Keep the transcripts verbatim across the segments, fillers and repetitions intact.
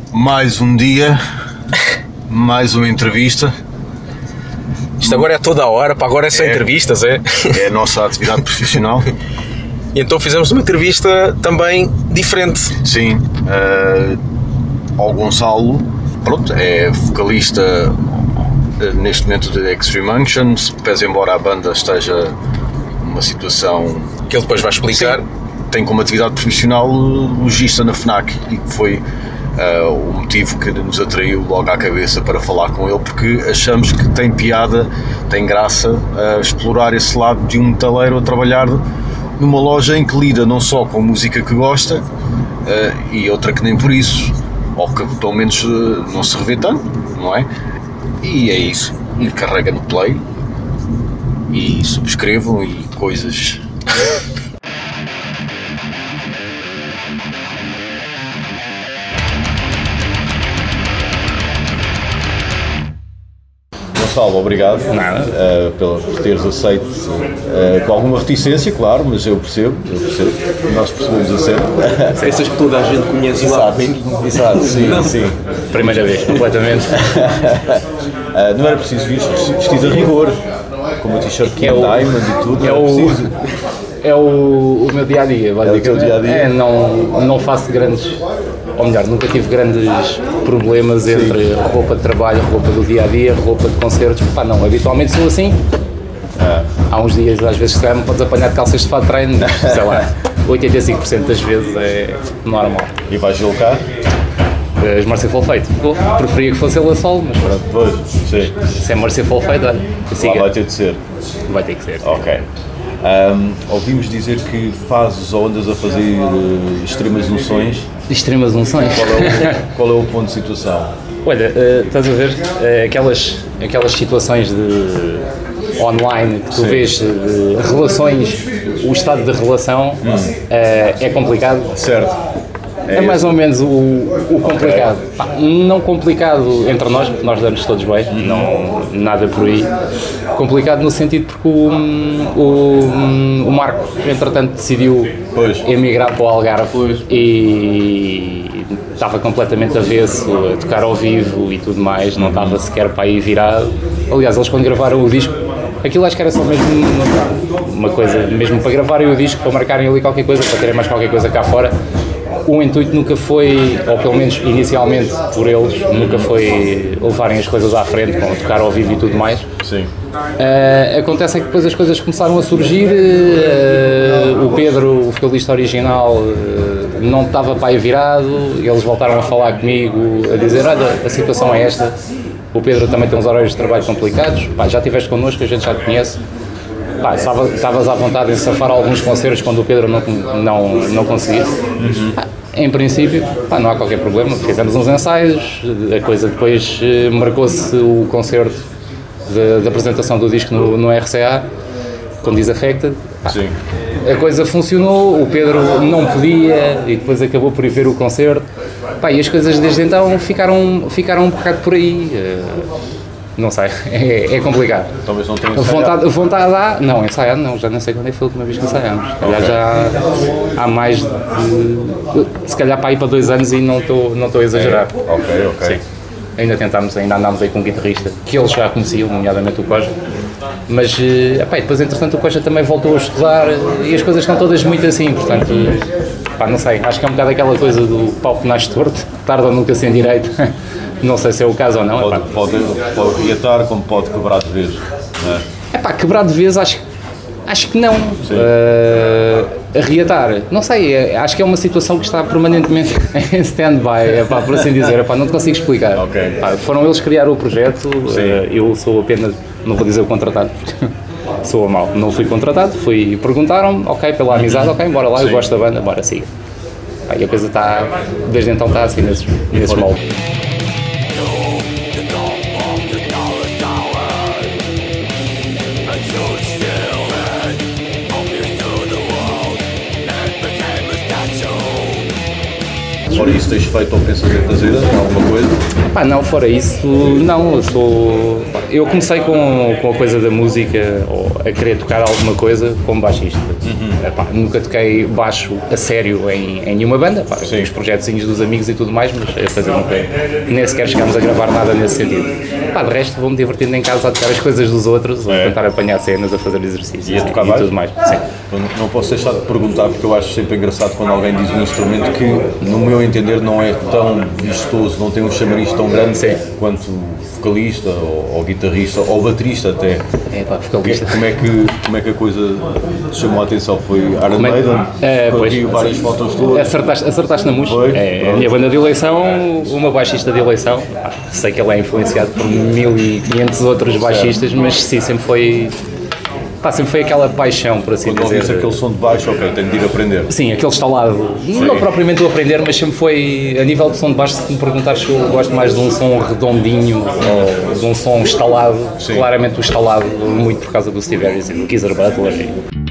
Mais um dia, mais uma entrevista. Isto agora é toda a hora, para agora é só é, entrevistas, é? É a nossa atividade profissional. E então fizemos uma entrevista também diferente. Sim, uh, ao Gonçalo, pronto, é vocalista uh, neste momento de Extreme Unctions, pese embora a banda esteja numa situação... Que ele depois vai explicar. Sim, tem como atividade profissional logista na FNAC e que foi... Uh, o motivo que nos atraiu logo à cabeça para falar com ele, porque achamos que tem piada, tem graça uh, explorar esse lado de um metaleiro a trabalhar numa loja em que lida não só com música que gosta uh, e outra que nem por isso, ou que pelo menos uh, não se revê tanto, não é? E é isso, e carrega no play e subscrevam e coisas. Gonçalo, obrigado. Nada. Uh, pelo, por teres aceito uh, com alguma reticência, claro, mas eu percebo, eu percebo, nós percebemos a sério. Essas que toda a gente conhece lá. Exato, exato, sim, sim. Primeira vez, completamente. uh, não era preciso vir vestido a rigor, com uma t-shirt King é Diamond e tudo, é não era o, preciso. É o, o meu dia-a-dia, basicamente. É o teu dia-a-dia? É, não, não faço grandes, ou melhor, nunca tive grandes problemas Sim. entre roupa de trabalho, roupa do dia-a-dia, roupa de concertos. Pá, não, habitualmente sou assim. Ah. Há uns dias, às vezes, se calhar me podes apanhar de calças de fato de treino, mas, sei lá, oitenta e cinco por cento das vezes é normal. E vais deslocar? As Merciful Fate. Pô, preferia que fosse ele a solo, mas pronto. Pois, sim. Se é Merciful Fate, olha. Ah, vai ter de ser. Vai ter que ser. Ok. Um, ouvimos dizer que fazes ou andas a fazer uh, extremas unções. Extremas unções? Qual é o, qual é o ponto de situação? Olha, uh, estás a ver uh, aquelas, aquelas situações de online que tu Sim. vês de relações, o estado de relação hum. uh, é complicado. Certo. É, é mais ou menos o, o complicado. Okay. Pá, não complicado entre nós, porque nós damos todos bem, não, nada por aí. Complicado no sentido porque o, o, o Marco, entretanto, decidiu pois. emigrar para o Algarve pois. e estava completamente avesso a tocar ao vivo e tudo mais, não estava sequer para aí virado. Aliás, eles quando gravaram o disco, aquilo acho que era só mesmo uma coisa, mesmo para gravarem o disco, para marcarem ali qualquer coisa, para terem mais qualquer coisa cá fora. O intuito nunca foi, ou pelo menos inicialmente por eles, nunca foi levarem as coisas à frente, com tocar ao vivo e tudo mais. Sim. Uh, acontece é que depois as coisas começaram a surgir, uh, o Pedro, o vocalista original, uh, não estava para aí virado, eles voltaram a falar comigo, a dizer, olha, a situação é esta, o Pedro também tem uns horários de trabalho complicados, pá, já estiveste connosco, a gente já te conhece. Pá, estavas à vontade em safar alguns concertos quando o Pedro não, não, não conseguia. Uhum. Pá, em princípio, pá, não há qualquer problema. Fizemos uns ensaios, a coisa depois eh, marcou-se o concerto de, de apresentação do disco no, no R C A, com Disaffected. Pá, Sim. A coisa funcionou, o Pedro não podia e depois acabou por ir ver o concerto. Pá, e as coisas desde então ficaram, ficaram um bocado por aí. Uh, Não sei, é, é complicado. Talvez não tenha vontade, vontade há, não, ensaiado não, já nem sei quando é que foi a última vez que ensaiámos. Se calhar okay. já há mais de, se calhar para ir para dois anos e não estou não estou a exagerar. É. Ok, ok. Sim. Ainda tentámos, ainda andámos aí com um guitarrista, que eles já conheciam, nomeadamente o Coja. Mas, epá, depois entretanto o Coja também voltou a estudar e as coisas estão todas muito assim, portanto, pá, não sei, acho que é um bocado aquela coisa do pau que nasce torto, tarde ou nunca sem direito. Não sei se é o caso ou não. Pode, pode, pode reatar como pode quebrar de vez. É pá, quebrar de vez acho, acho que não. Uh, reatar, não sei, é, acho que é uma situação que está permanentemente em stand-by, é pá, por assim dizer, é pá, não te consigo explicar. Okay. Pá, foram eles que criaram o projeto, uh, eu sou apenas, não vou dizer o contratado, sou a mal, não fui contratado, fui, perguntaram-me, ok, pela amizade, ok, bora lá, Sim. eu gosto da banda, bora, siga. Pá, e a coisa está, desde então está assim nesses, nesses moldes. fora isso tens feito ou pensas em fazer alguma coisa? Pá, não, fora isso, não, eu sou... Eu comecei com, com a coisa da música, ou a querer tocar alguma coisa como baixista. Uhum. Epá, nunca toquei baixo a sério em, em nenhuma banda, pá, os projetinhos dos amigos e tudo mais, mas a fazer nunca, nem sequer chegámos a gravar nada nesse sentido. Pá, de resto vou-me divertindo em casa a tocar as coisas dos outros, é. a tentar apanhar cenas, a fazer exercícios e, a tocar e, e tudo mais. Sim. Não, não posso deixar de perguntar, porque eu acho sempre engraçado quando alguém diz um instrumento que, no meu entender, não é tão vistoso, não tem um chamariz tão grande Sim. quanto vocalista ou, ou guitarrista ou baterista até. É pá, vocalista. Como é que, como é que a coisa te chamou a atenção? Foi Iron é, Maiden? É, pois, vi várias assim, fotos todas. Acertaste, acertaste na música. É, a minha banda de eleição, uma baixista de eleição. Ah, sei que ele é influenciado por mil e quinhentos outros baixistas, certo. Mas sim, sempre foi... Pá, sempre foi aquela paixão, por assim Quando dizer. Quando ouviste aquele som de baixo, ok, tenho de ir aprender. Sim, aquele estalado. Sim. Não propriamente o aprender, mas sempre foi, a nível de som de baixo, se me perguntares se eu gosto mais de um som redondinho ou de um som estalado, Sim. claramente o estalado, muito por causa do Steve Harris e do Geezer Butler. E...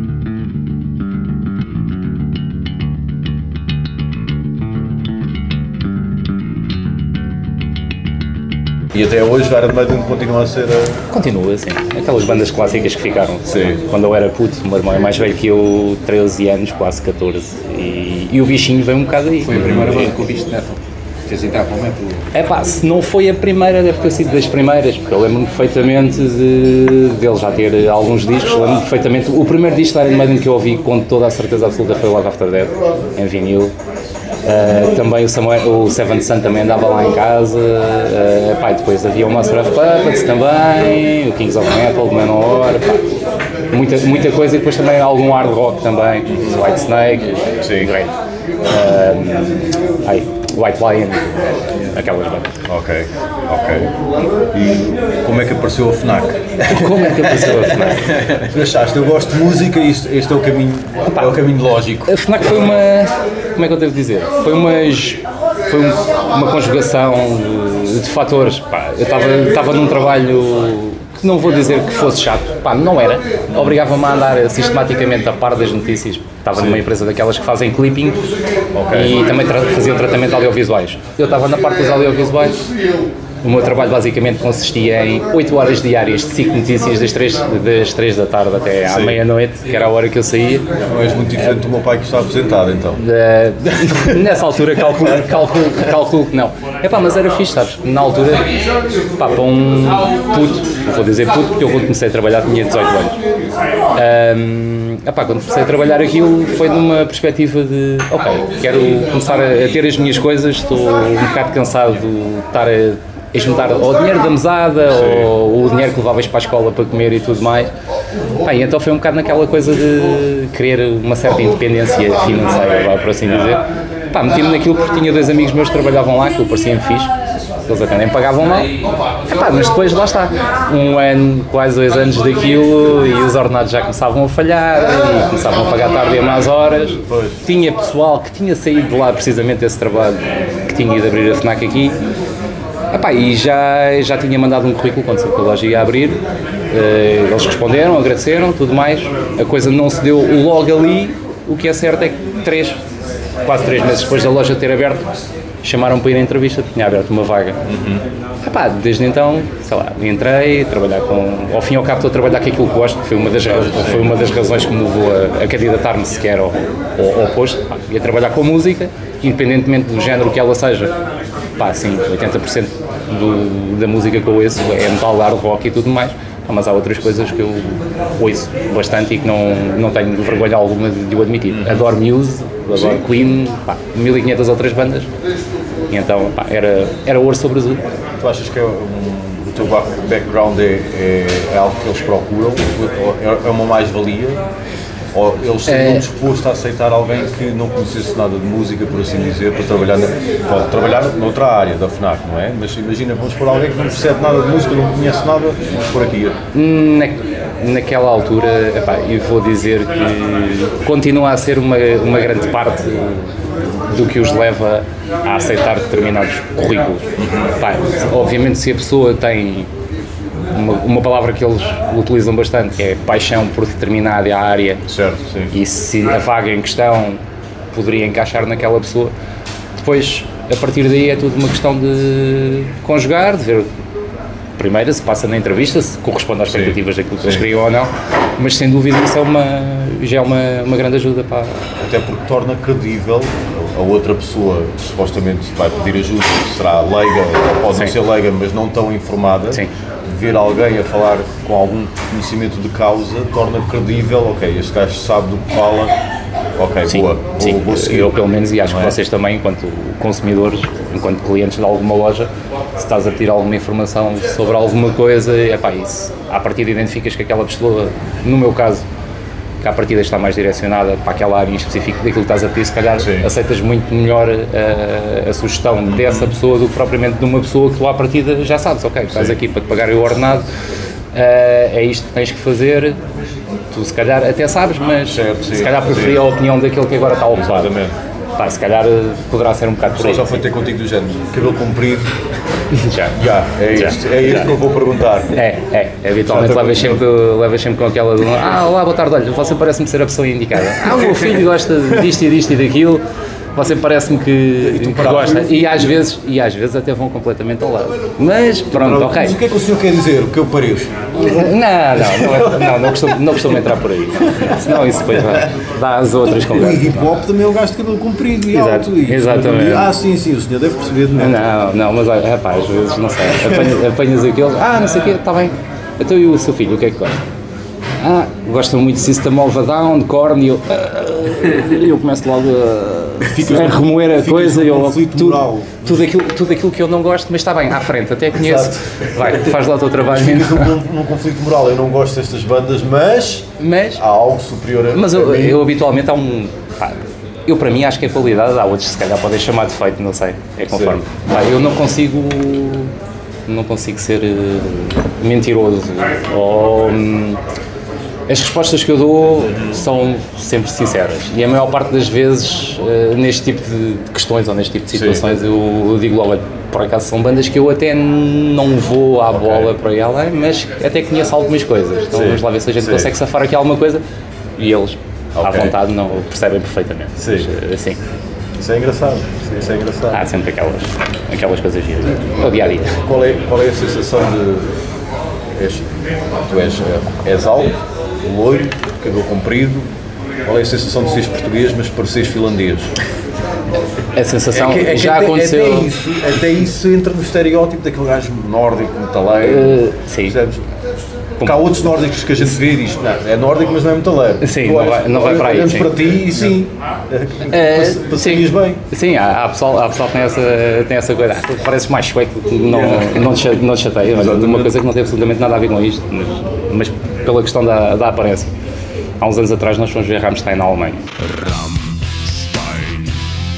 E até hoje o Iron Maiden continua a ser... A... Continua, sim. Aquelas bandas clássicas que ficaram. Sim. Quando eu era puto, o meu irmão é mais velho que eu, treze anos, quase catorze. E, e o bichinho veio um bocado aí. Foi a primeira banda que ouviste metal? Fez entrar para o metal? É pá, se não foi a primeira, deve ter sido das primeiras, porque eu lembro-me perfeitamente de, dele já ter alguns discos. Lembro-me perfeitamente... O primeiro disco da Iron Maiden que eu ouvi com toda a certeza absoluta foi o Live After Death, em vinil. Uh, também o, Samuel, o Seventh Son também andava lá em casa, uh, pá, depois havia o Master of Puppets também, o Kings of Metal, o Manowar, pá, muita, muita coisa, e depois também algum hard rock também, o White Snake, Sim. Great. Uh, ai, White Lion, aquelas bandas. Ok, ok. E como é que apareceu a FNAC? Como é que apareceu a FNAC? Tu achaste, eu gosto de música e este, este é, o caminho, é o caminho lógico. A FNAC foi uma, como é que eu devo dizer? Foi, umas, foi um, uma conjugação de, de fatores. Pá, eu estava num trabalho que não vou dizer que fosse chato, pá, não era. Obrigava-me a andar sistematicamente a par das notícias. Estava Sim. numa empresa daquelas que fazem clipping okay. e também tra faziam tratamento de audiovisuais. Eu estava na parte dos audiovisuais. O meu trabalho basicamente consistia em oito horas diárias de cinco notícias das três, das três da tarde até à meia-noite, que era a hora que eu saía. Não és muito diferente do meu pai que está aposentado, então? Uh, nessa altura calculo, calculo, calculo que não. Epá, mas era fixe, sabes? Na altura, pá, para um puto, não vou dizer puto porque eu quando comecei a trabalhar tinha dezoito anos. Um, epá, quando comecei a trabalhar aquilo foi numa perspectiva de, ok, quero começar a, a ter as minhas coisas, estou um bocado cansado de estar a a juntar ou o dinheiro da mesada Sim. ou o dinheiro que levavas para a escola para comer e tudo mais. Pá, e então foi um bocado naquela coisa de querer uma certa independência financeira, por assim dizer. Pá, meti-me naquilo porque tinha dois amigos meus que trabalhavam lá, que eu parecia-me fixe, eles até nem pagavam mal. Epá, mas depois lá está, um ano, quase dois anos daquilo e os ordenados já começavam a falhar e começavam a pagar tarde e a más horas. Tinha pessoal que tinha saído de lá precisamente desse trabalho, que tinha ido abrir a FNAC aqui. Epá, e já, já tinha mandado um currículo quando soube que a loja ia abrir, uh, eles responderam, agradeceram, tudo mais, a coisa não se deu logo ali, o que é certo é que três, quase três meses depois da loja ter aberto, chamaram para ir à entrevista, tinha aberto uma vaga. Uhum. Epá, desde então, sei lá, entrei, trabalhar com, ao fim e ao cabo estou a trabalhar com aquilo que gosto, foi uma das, foi uma das razões que me levou a, a candidatar-me sequer ao, ao, ao posto, pá, ia trabalhar com música, independentemente do género que ela seja. Pá, sim, oitenta por cento do, da música que eu ouço é metal, hard rock e tudo mais, mas há outras coisas que eu ouço bastante e que não, não tenho vergonha alguma de o admitir. Adoro Muse, adoro sim. Queen, pá, mil e quinhentas outras bandas, e então pá, era, era ouro sobre azul. Tu achas que é um, o teu background é, é, é algo que eles procuram? É uma mais-valia? Ou eles estariam é... dispostos a aceitar alguém que não conhecesse nada de música, por assim dizer, para trabalhar, na, pode trabalhar noutra área da FNAC, não é? Mas imagina, vamos pôr alguém que não percebe nada de música, não conhece nada, vamos por aqui. Na, naquela altura, epá, eu vou dizer que continua a ser uma, uma grande parte do que os leva a aceitar determinados currículos. Epá, obviamente, se a pessoa tem Uma, uma palavra que eles utilizam bastante, que é paixão por determinada área. Certo, sim. E se a vaga em questão poderia encaixar naquela pessoa, depois, a partir daí, é tudo uma questão de conjugar, de ver primeiro se passa na entrevista, se corresponde às expectativas daquilo que eles queriam ou não, mas sem dúvida isso é uma, já é uma, uma grande ajuda para... Até porque torna credível a outra pessoa que supostamente vai pedir ajuda, será leiga, ou pode não Sim. ser leiga, mas não tão informada. Sim. Ver alguém a falar com algum conhecimento de causa torna credível, ok, este gajo sabe do que fala, ok, Sim, boa, sim. vou, vou seguir. Eu pelo menos, e acho Não que é? vocês também, enquanto consumidores, enquanto clientes de alguma loja, se estás a pedir alguma informação sobre alguma coisa, epá, isso, à partida identificas que aquela pessoa, no meu caso, que à partida está mais direcionada para aquela área em específico daquilo que estás a pedir, se calhar Sim. aceitas muito melhor a, a sugestão dessa pessoa do que propriamente de uma pessoa que tu à partida já sabes, ok, estás Sim. aqui para te pagar o ordenado, uh, é isto que tens que fazer, tu se calhar até sabes, mas Certo, sim, se calhar sim. preferia a opinião daquele que agora está ocupado. Exatamente. Pá, se calhar poderá ser um bocado A por pessoa aí. já foi ter contigo do género, cabelo comprido, Já. já, é Já. isto, é isto Já. que eu vou perguntar. É, é, habitualmente Já levas está sempre, levas sempre com aquela do ah, olá, boa tarde, olha, você parece-me ser a pessoa indicada. Ah, o meu filho gosta disto e disto e daquilo, você parece-me que, que gosta. E às vezes, e às vezes até vão completamente ao lado. Mas pronto, ok. Mas o que é que o senhor quer dizer, o que eu pareço? Não, não, não, é, não, não, costumo, não costumo entrar por aí. Senão isso depois vai, dá as outras O conversas. Iggy Pop também é um gajo de cabelo comprido e Exato, alto. E exatamente. Ah, sim, sim, o senhor deve perceber de mim. Não, não, mas olha, rapaz, às vezes não sei, apanhas, apanhas aqueles, ah, não sei o quê, está bem, então e o seu filho, o que é que gosta? Ah, gosta muito de System of a Down, de Korn, e eu, ah, eu começo logo a, Ficas a num- remoer a ficas coisa, num e eu logo, conflito tudo, moral. tudo, aquilo, tudo aquilo que eu não gosto, mas está bem, à frente, até conheço, Exato. vai, faz lá o teu trabalho, Ficas num, num conflito moral, eu não gosto destas bandas, mas mas, há algo superior a mas a eu, mim. eu habitualmente há um, pá, eu para mim acho que é qualidade, há outros que se calhar podem chamar de defeito, não sei, é conforme, pá, eu não consigo... não consigo ser uh, mentiroso ou hum, as respostas que eu dou são sempre sinceras e a maior parte das vezes uh, neste tipo de questões ou neste tipo de situações eu, eu digo logo, olha, por acaso são bandas que eu até não vou à bola para aí além, mas até conheço algumas coisas, então Sim. vamos lá ver se a gente Sim. consegue safar aqui alguma coisa e eles à Ok. vontade não percebem perfeitamente. Sim. Mas, assim, Isso é engraçado, isso é engraçado. há sempre aquelas, aquelas coisas giras, é o dia a dia. Qual é, qual é a sensação de... És, tu és, és alto, loiro, cabelo comprido, qual é a sensação de seres português, mas pareceres finlandês? A sensação É que- é que já até, aconteceu. Até isso, até isso entra no estereótipo daquele gajo nórdico, metaleiro, Uh, sim. percebes? Porque há outros nórdicos que a gente vê e diz, não, é nórdico mas não é metaleiro. Sim, Tu não olhas- vai- não vai para aí, olhamos sim. para ti e sim, É, pass- passarias sim. bem. Sim, há, há pessoal, há pessoal que tem essa, tem essa coisa. Ah, tu pareces mais sueco, não, não, te, cha- não te chateia. Olha, Exatamente. uma coisa que não tem absolutamente nada a ver com isto, mas, mas pela questão da, da aparência. Há uns anos atrás nós fomos ver Rammstein na Alemanha. Rammstein.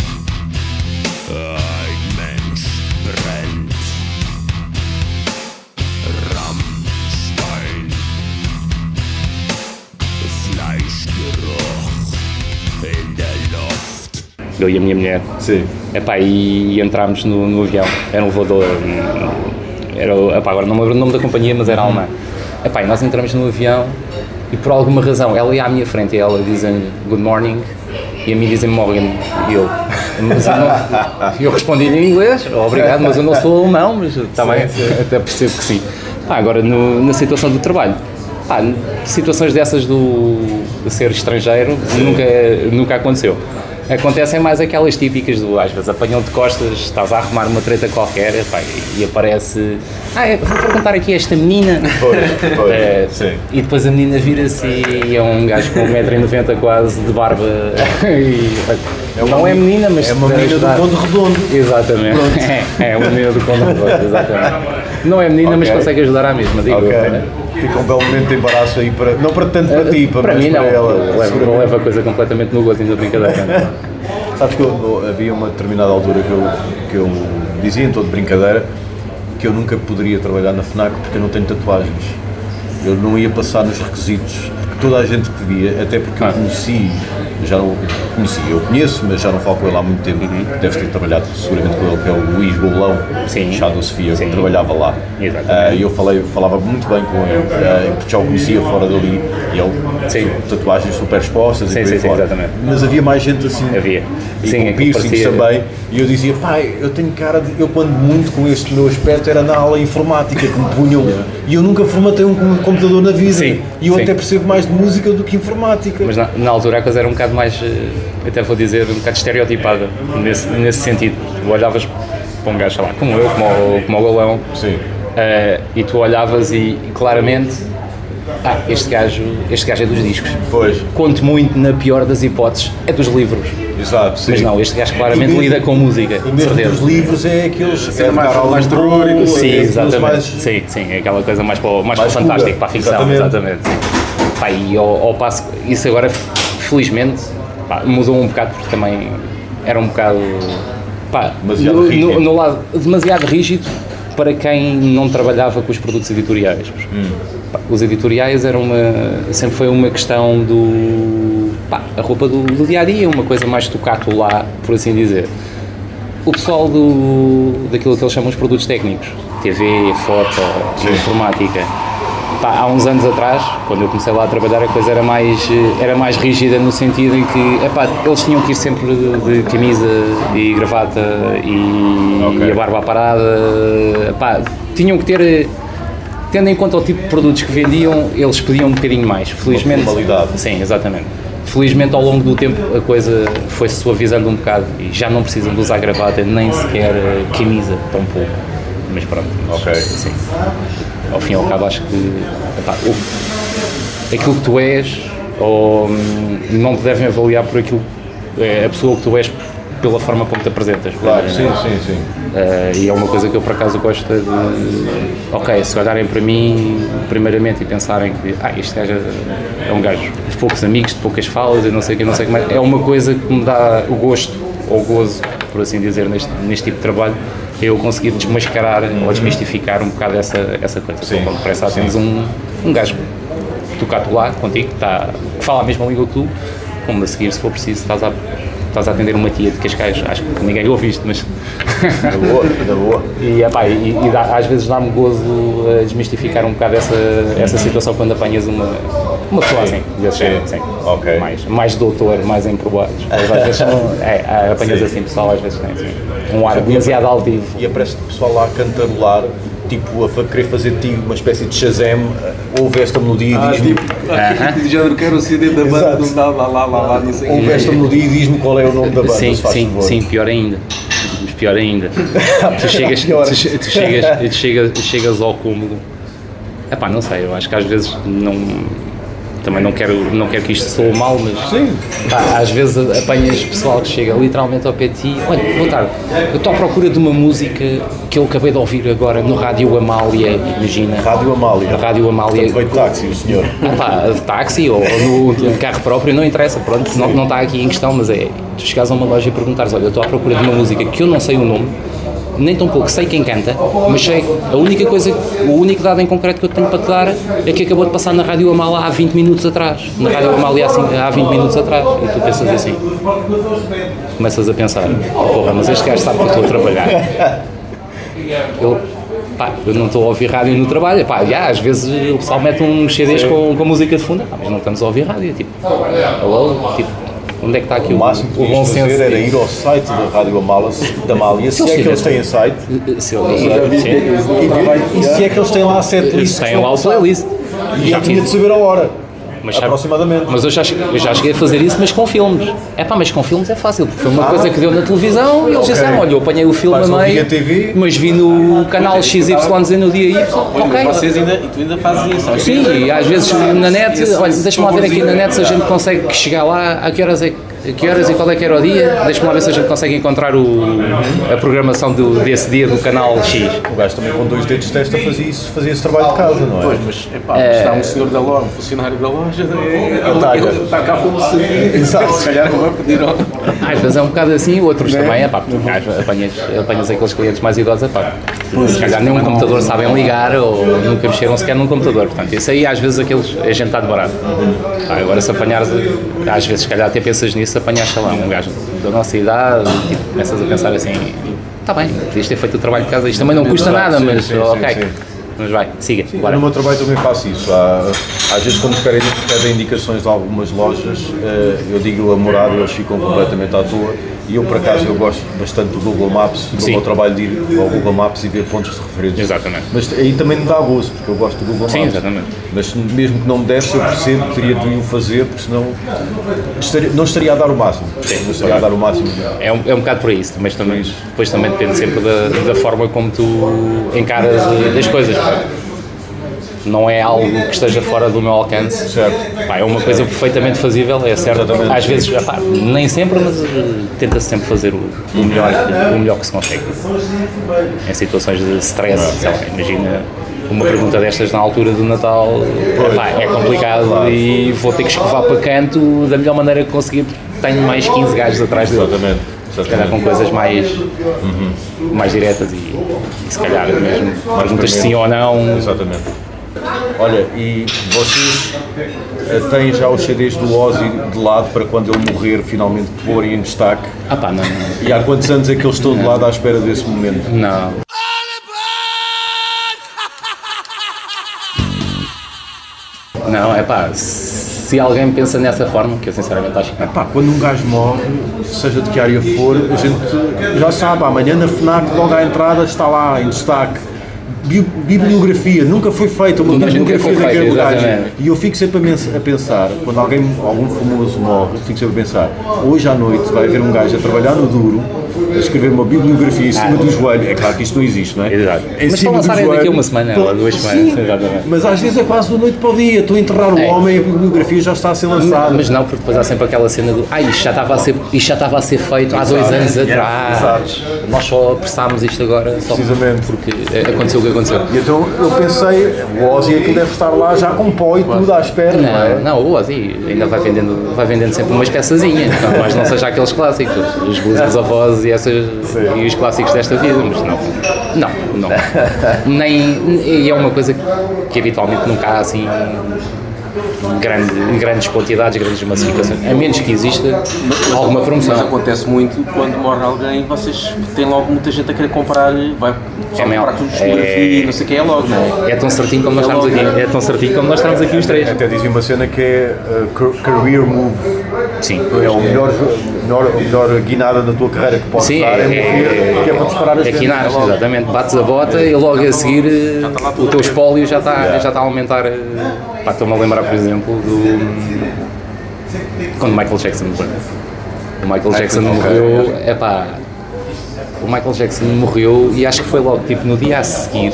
Ein Mensch brennt. Rammstein. Fleischgeruch in der Luft. Eu e a minha mulher. Sim. Epá, e entrámos no, no avião. Era um voador. hum, Era, o- epá, agora não me lembro o nome da companhia, mas era alemã. Epá, e nós entramos no avião e por alguma razão ela ia à minha frente e ela dizem good morning e a mim dizem morgen e eu. Mas eu, não, eu respondi-lhe em inglês, obrigado, mas eu não sou alemão, mas também até percebo que sim. Pá, agora no, na situação do trabalho. Pá, situações dessas do, de ser estrangeiro nunca, nunca aconteceu. Acontecem mais aquelas típicas do, às vezes apanham de costas, estás a arrumar uma treta qualquer, epá, e, e aparece, ah, eu vou perguntar aqui a esta menina. Pois, pois, É, sim. e depois a menina vira-se e é um gajo com um metro e noventa quase, de barba. E, não é menina, mas É uma deve menina do ajudar. Conde Redondo. Exatamente. É, é uma menina do Conde Redondo, exatamente. Não é menina, mas Ok. consegue ajudar à mesma, digo Ok. eu também. Fica um belo momento de embaraço aí, para, não para tanto para ti, para, Para mas mim para não, ela. eu levo, eu seguramente. levo a coisa completamente no gosto da brincadeira. Sabes que eu, eu- havia uma determinada altura que eu, que eu dizia em toda brincadeira que eu nunca poderia trabalhar na FNAC porque eu não tenho tatuagens. Eu não ia passar nos requisitos, porque toda a gente que via, até porque eu conheci, já não conheci, eu conheço, mas já não falo com ele há muito tempo, uhum. Deve ter trabalhado seguramente com ele, que é o Luís Bolão, Shadow Sofia, que trabalhava lá. E uh, eu falei, falava muito bem com ele, uh, porque já o conhecia fora dali, e ele, sim. Tatuagens super expostas sim, e por aí sim, fora. Sim, mas havia mais gente assim, havia. E sim, com piercings também, e eu dizia, pai, eu tenho cara de, eu quando muito com este meu aspecto era na aula informática que me punham, e eu nunca formatei um computador na vida, sim, e eu sim. até percebo mais de música do que informática. Mas na, na altura a coisa era um bocado mais, até vou dizer, um bocado estereotipada, nesse, nesse sentido. Tu olhavas para um gajo, sei lá, como eu, como o, como o Golão, sim. Uh, e tu olhavas e, e claramente, ah, este gajo, este gajo é dos discos. Pois. Conto muito, na pior das hipóteses, é dos livros. Exato, sim. Mas não, este gajo claramente mesmo, lida com música. E mesmo dos livros é aqueles... É mais, mais terror e sim, é exatamente. Mais... Sim, sim, é aquela coisa mais para o, mais mais para o fantástico, para a ficção. Exatamente. exatamente sim. Pá, e ao, ao passo, isso agora, felizmente, pá, mudou um bocado, porque também era um bocado... Pá, demasiado no, rígido. No, no lado, demasiado rígido para quem não trabalhava com os produtos editoriais. Hum. Pá, os editoriais eram uma, sempre foi uma questão do... Pá, a roupa do, do dia-a-dia, uma coisa mais tocato lá, por assim dizer. O pessoal do, daquilo que eles chamam de produtos técnicos, T V, foto, sim. Informática, pá, há uns anos atrás, quando eu comecei lá a trabalhar, a coisa era mais, era mais rígida no sentido em que, epá, eles tinham que ir sempre de, de camisa e gravata e, okay. e a barba parada, epá, tinham que ter... Tendo em conta o tipo de produtos que vendiam, eles pediam um bocadinho mais, felizmente. Uma formalidade. Sim, exatamente. Felizmente, ao longo do tempo, a coisa foi-se suavizando um bocado e já não precisam de usar gravata, nem sequer camisa, tão pouco. Mas pronto. Ok. Sim. Ao fim e ao cabo, acho que epá, o, aquilo que tu és, ou não te devem avaliar por aquilo, é, a pessoa que tu és, pela forma como te apresentas. Claro, sim, sim, sim. Uh, e é uma coisa que eu por acaso gosto de, ok, se olharem para mim primeiramente e pensarem que ah, este gajo é um gajo de poucos amigos, de poucas falas e não sei o que, não sei como é, é uma coisa que me dá o gosto ou gozo, por assim dizer, neste, neste tipo de trabalho, é eu conseguir desmascarar ou desmistificar um bocado essa, essa coisa. Sim, quando parece que tens um, um gajo tocado lá contigo, que, tá, que fala a mesma língua que tu, como a seguir, se for preciso, estás a estás a atender uma tia de Cascais, acho que ninguém ouve isto, mas... Da boa, da boa. E, epá, e, e dá, às vezes dá-me gozo a desmistificar um bocado essa, essa situação quando apanhas uma, uma pessoa assim, desse género, sim. Okay. Mais, mais doutor, mais emprobados. Às vezes são, é, apanhas sim. assim pessoal, às vezes tem assim, um ar demasiado altivo. E aparece o pessoal lá a cantarolar, tipo a querer fazer de ti uma espécie de Shazam, ouve esta melodia ah, e diz-me... Tipo, ah, tipo, já não quero o C D da banda, não dá lá, lá, lá, lá, não sei. Ouve esta melodia e diz-me qual é o nome da banda, sim, se faz sim, favor. Sim, pior ainda. Pior ainda. tu chegas, tu, tu chegas, tu chegas, chegas ao cúmulo. Epá, não sei, eu acho que às vezes não... Também não quero, não quero que isto soe mal, mas sim. Pá, às vezes apanhas pessoal que chega literalmente ao pé de ti. Olha, boa tarde, eu estou à procura de uma música que eu acabei de ouvir agora no Rádio Amália, imagina. Rádio Amália. Rádio Amália. Portanto, veio de táxi, o senhor. Pá, de táxi ou, ou no, no carro próprio, não interessa, pronto, não, não está aqui em questão, mas é, tu chegares a uma loja e perguntares, olha, eu estou à procura de uma música que eu não sei o nome, nem tão pouco sei quem canta, mas sei, a única coisa, o único dado em concreto que eu tenho para te dar é que acabou de passar na Rádio Amália há vinte minutos atrás, na Rádio Amália assim, há vinte minutos atrás, e tu pensas assim, começas a pensar, porra, mas este gajo sabe que eu estou a trabalhar. Eu, pá, eu não estou a ouvir rádio no trabalho, pá, já, às vezes o pessoal mete uns C Ds com, com música de fundo, ah, mas não estamos a ouvir rádio, tipo, alô, tipo, onde é que está aqui o, o máximo que o bom senso? Fazer era ir ao site da Rádio Amália, da Amália, se, se é que eles têm site, se eu, e, e, e se é que eles têm lá a setlist, têm lá o playlist, e já tinha de saber a hora. Mas, aproximadamente. Mas eu já, eu já cheguei a fazer isso, mas com filmes. É pá, mas com filmes é fácil, porque foi uma ah, coisa que deu na televisão e eles okay. disseram, olha, eu apanhei o filme a meio, T V, mas vi no canal X Y Z no dia Y, ok. Vocês ainda, e tu ainda fazes isso? Sim, e às vezes na net, olha, deixa-me lá ver aqui na net se a gente consegue chegar lá, a que horas é que que horas e qual é que era o dia? Deixa-me lá ver se a gente consegue encontrar o, a programação do, desse dia do canal X. O gajo também com dois dedos de testa fazia, isso, fazia esse trabalho de casa, não é? Pois, mas epá, é... está um senhor da loja, um funcionário da loja, ele, ele está cá como servir, se calhar não vai pedir ao... Às vezes é um bocado assim, outros não também, é pá, porque apanhas, apanhas aqueles clientes mais idosos, é pá, se calhar nem um computador sabem ligar ou nunca mexeram sequer num computador, portanto, isso aí às vezes aqueles, a gente está de barato. Ah, agora se apanhares, às vezes se calhar até pensas nisso, apanhas, sei lá, um gajo da nossa idade, tipo, começas a pensar assim, está bem, podias ter feito o trabalho de casa, isto também não custa nada, mas sim, sim, ok. Sim. Mas vai, siga. Sim, no meu trabalho também faço isso. Há, às vezes quando pedem, pedem indicações de algumas lojas, eu digo a morada e eles ficam completamente à toa. E eu, por acaso, eu gosto bastante do Google Maps, do meu trabalho de ir ao Google Maps e ver pontos de referência. Exatamente. Mas aí também me dá gozo, porque eu gosto do Google Maps. Sim, exatamente. Mas mesmo que não me desse, eu percebo que teria de o fazer, porque senão estaria, não estaria a dar o máximo. Sim, não estaria a dar o máximo. É um, é um bocado por aí, mas também, depois também depende sempre da, da forma como tu encaras as coisas. Não é algo que esteja fora do meu alcance. Certo. Pá, é uma coisa perfeitamente fazível, é certo. Exatamente. Às vezes, pá, nem sempre, mas uh, tenta-se sempre fazer o, o, melhor, o melhor que se consegue. Em situações de stress, sei lá, imagina uma pergunta destas na altura do Natal, pá, é complicado e vou ter que escovar para canto da melhor maneira que conseguir, porque tenho mais quinze gajos atrás dele. Exatamente. Se calhar com coisas mais, uhum. mais diretas e, e se calhar mesmo mais perguntas sim ou não. Exatamente. Olha, e vocês uh, têm já os C Ds do Ozzy de lado para quando ele morrer finalmente porem em destaque? Ah pá, não, não. E há quantos anos é que eles estão de lado à espera desse momento? Não. Não, é pá, se alguém pensa nessa forma, que eu sinceramente acho que é pá, quando um gajo morre, seja de que área for, a gente já sabe, amanhã na FNAC logo à entrada está lá em destaque. Bibliografia, nunca foi feita uma nunca bibliografia daquele gajo. E eu fico sempre a pensar, quando alguém, algum famoso morre, fico sempre a pensar, hoje à noite vai haver um gajo a trabalhar no duro, a escrever uma bibliografia em cima ah, do joelho. É claro que isto não existe, não é? Exato. Em mas para lançarem daqui a uma semana ou duas semanas. Sim, mas às vezes é quase da noite para o dia. Estou a enterrar o é. homem e a bibliografia já está a ser lançada. Mas não, porque depois há sempre aquela cena do ah, isto já estava a ser, isto já estava a ser feito há dois anos yeah. atrás. Exato. Nós só apressámos isto agora só porque aconteceu o que aconteceu. E então eu pensei, o Ozzy é que deve estar lá já com pó e tudo à espera, não, não é? Não, o Ozzy ainda vai vendendo, vai vendendo sempre umas peçazinhas, não, mas não seja aqueles clássicos, os Blues of Oz e, essas, e os clássicos desta vida, mas não, não, não. Nem, e é uma coisa que, que habitualmente nunca há assim grande, grandes quantidades, grandes massificações, a menos que exista mas, alguma promoção. Mas acontece muito quando morre alguém, vocês têm logo muita gente a querer comprar, vai só é comprar tudo de fotografia, é, não sei o que é logo, não é? É tão certinho como nós é estamos aqui, é tão certinho como nós estamos aqui os três. Até dizem uma cena que é uh, career move. Sim. É o melhor, melhor, melhor guinada da tua carreira que podes Sim, dar, é, é, é, que é para disparar as é guinar, exatamente, bates a bota e logo a seguir o teu espólio já está, yeah. já está a aumentar. Pá, estou-me a lembrar, por exemplo, do quando o Michael Jackson morreu. O Michael Jackson morreu, é pá, o Michael Jackson morreu e acho que foi logo, tipo, no dia a seguir,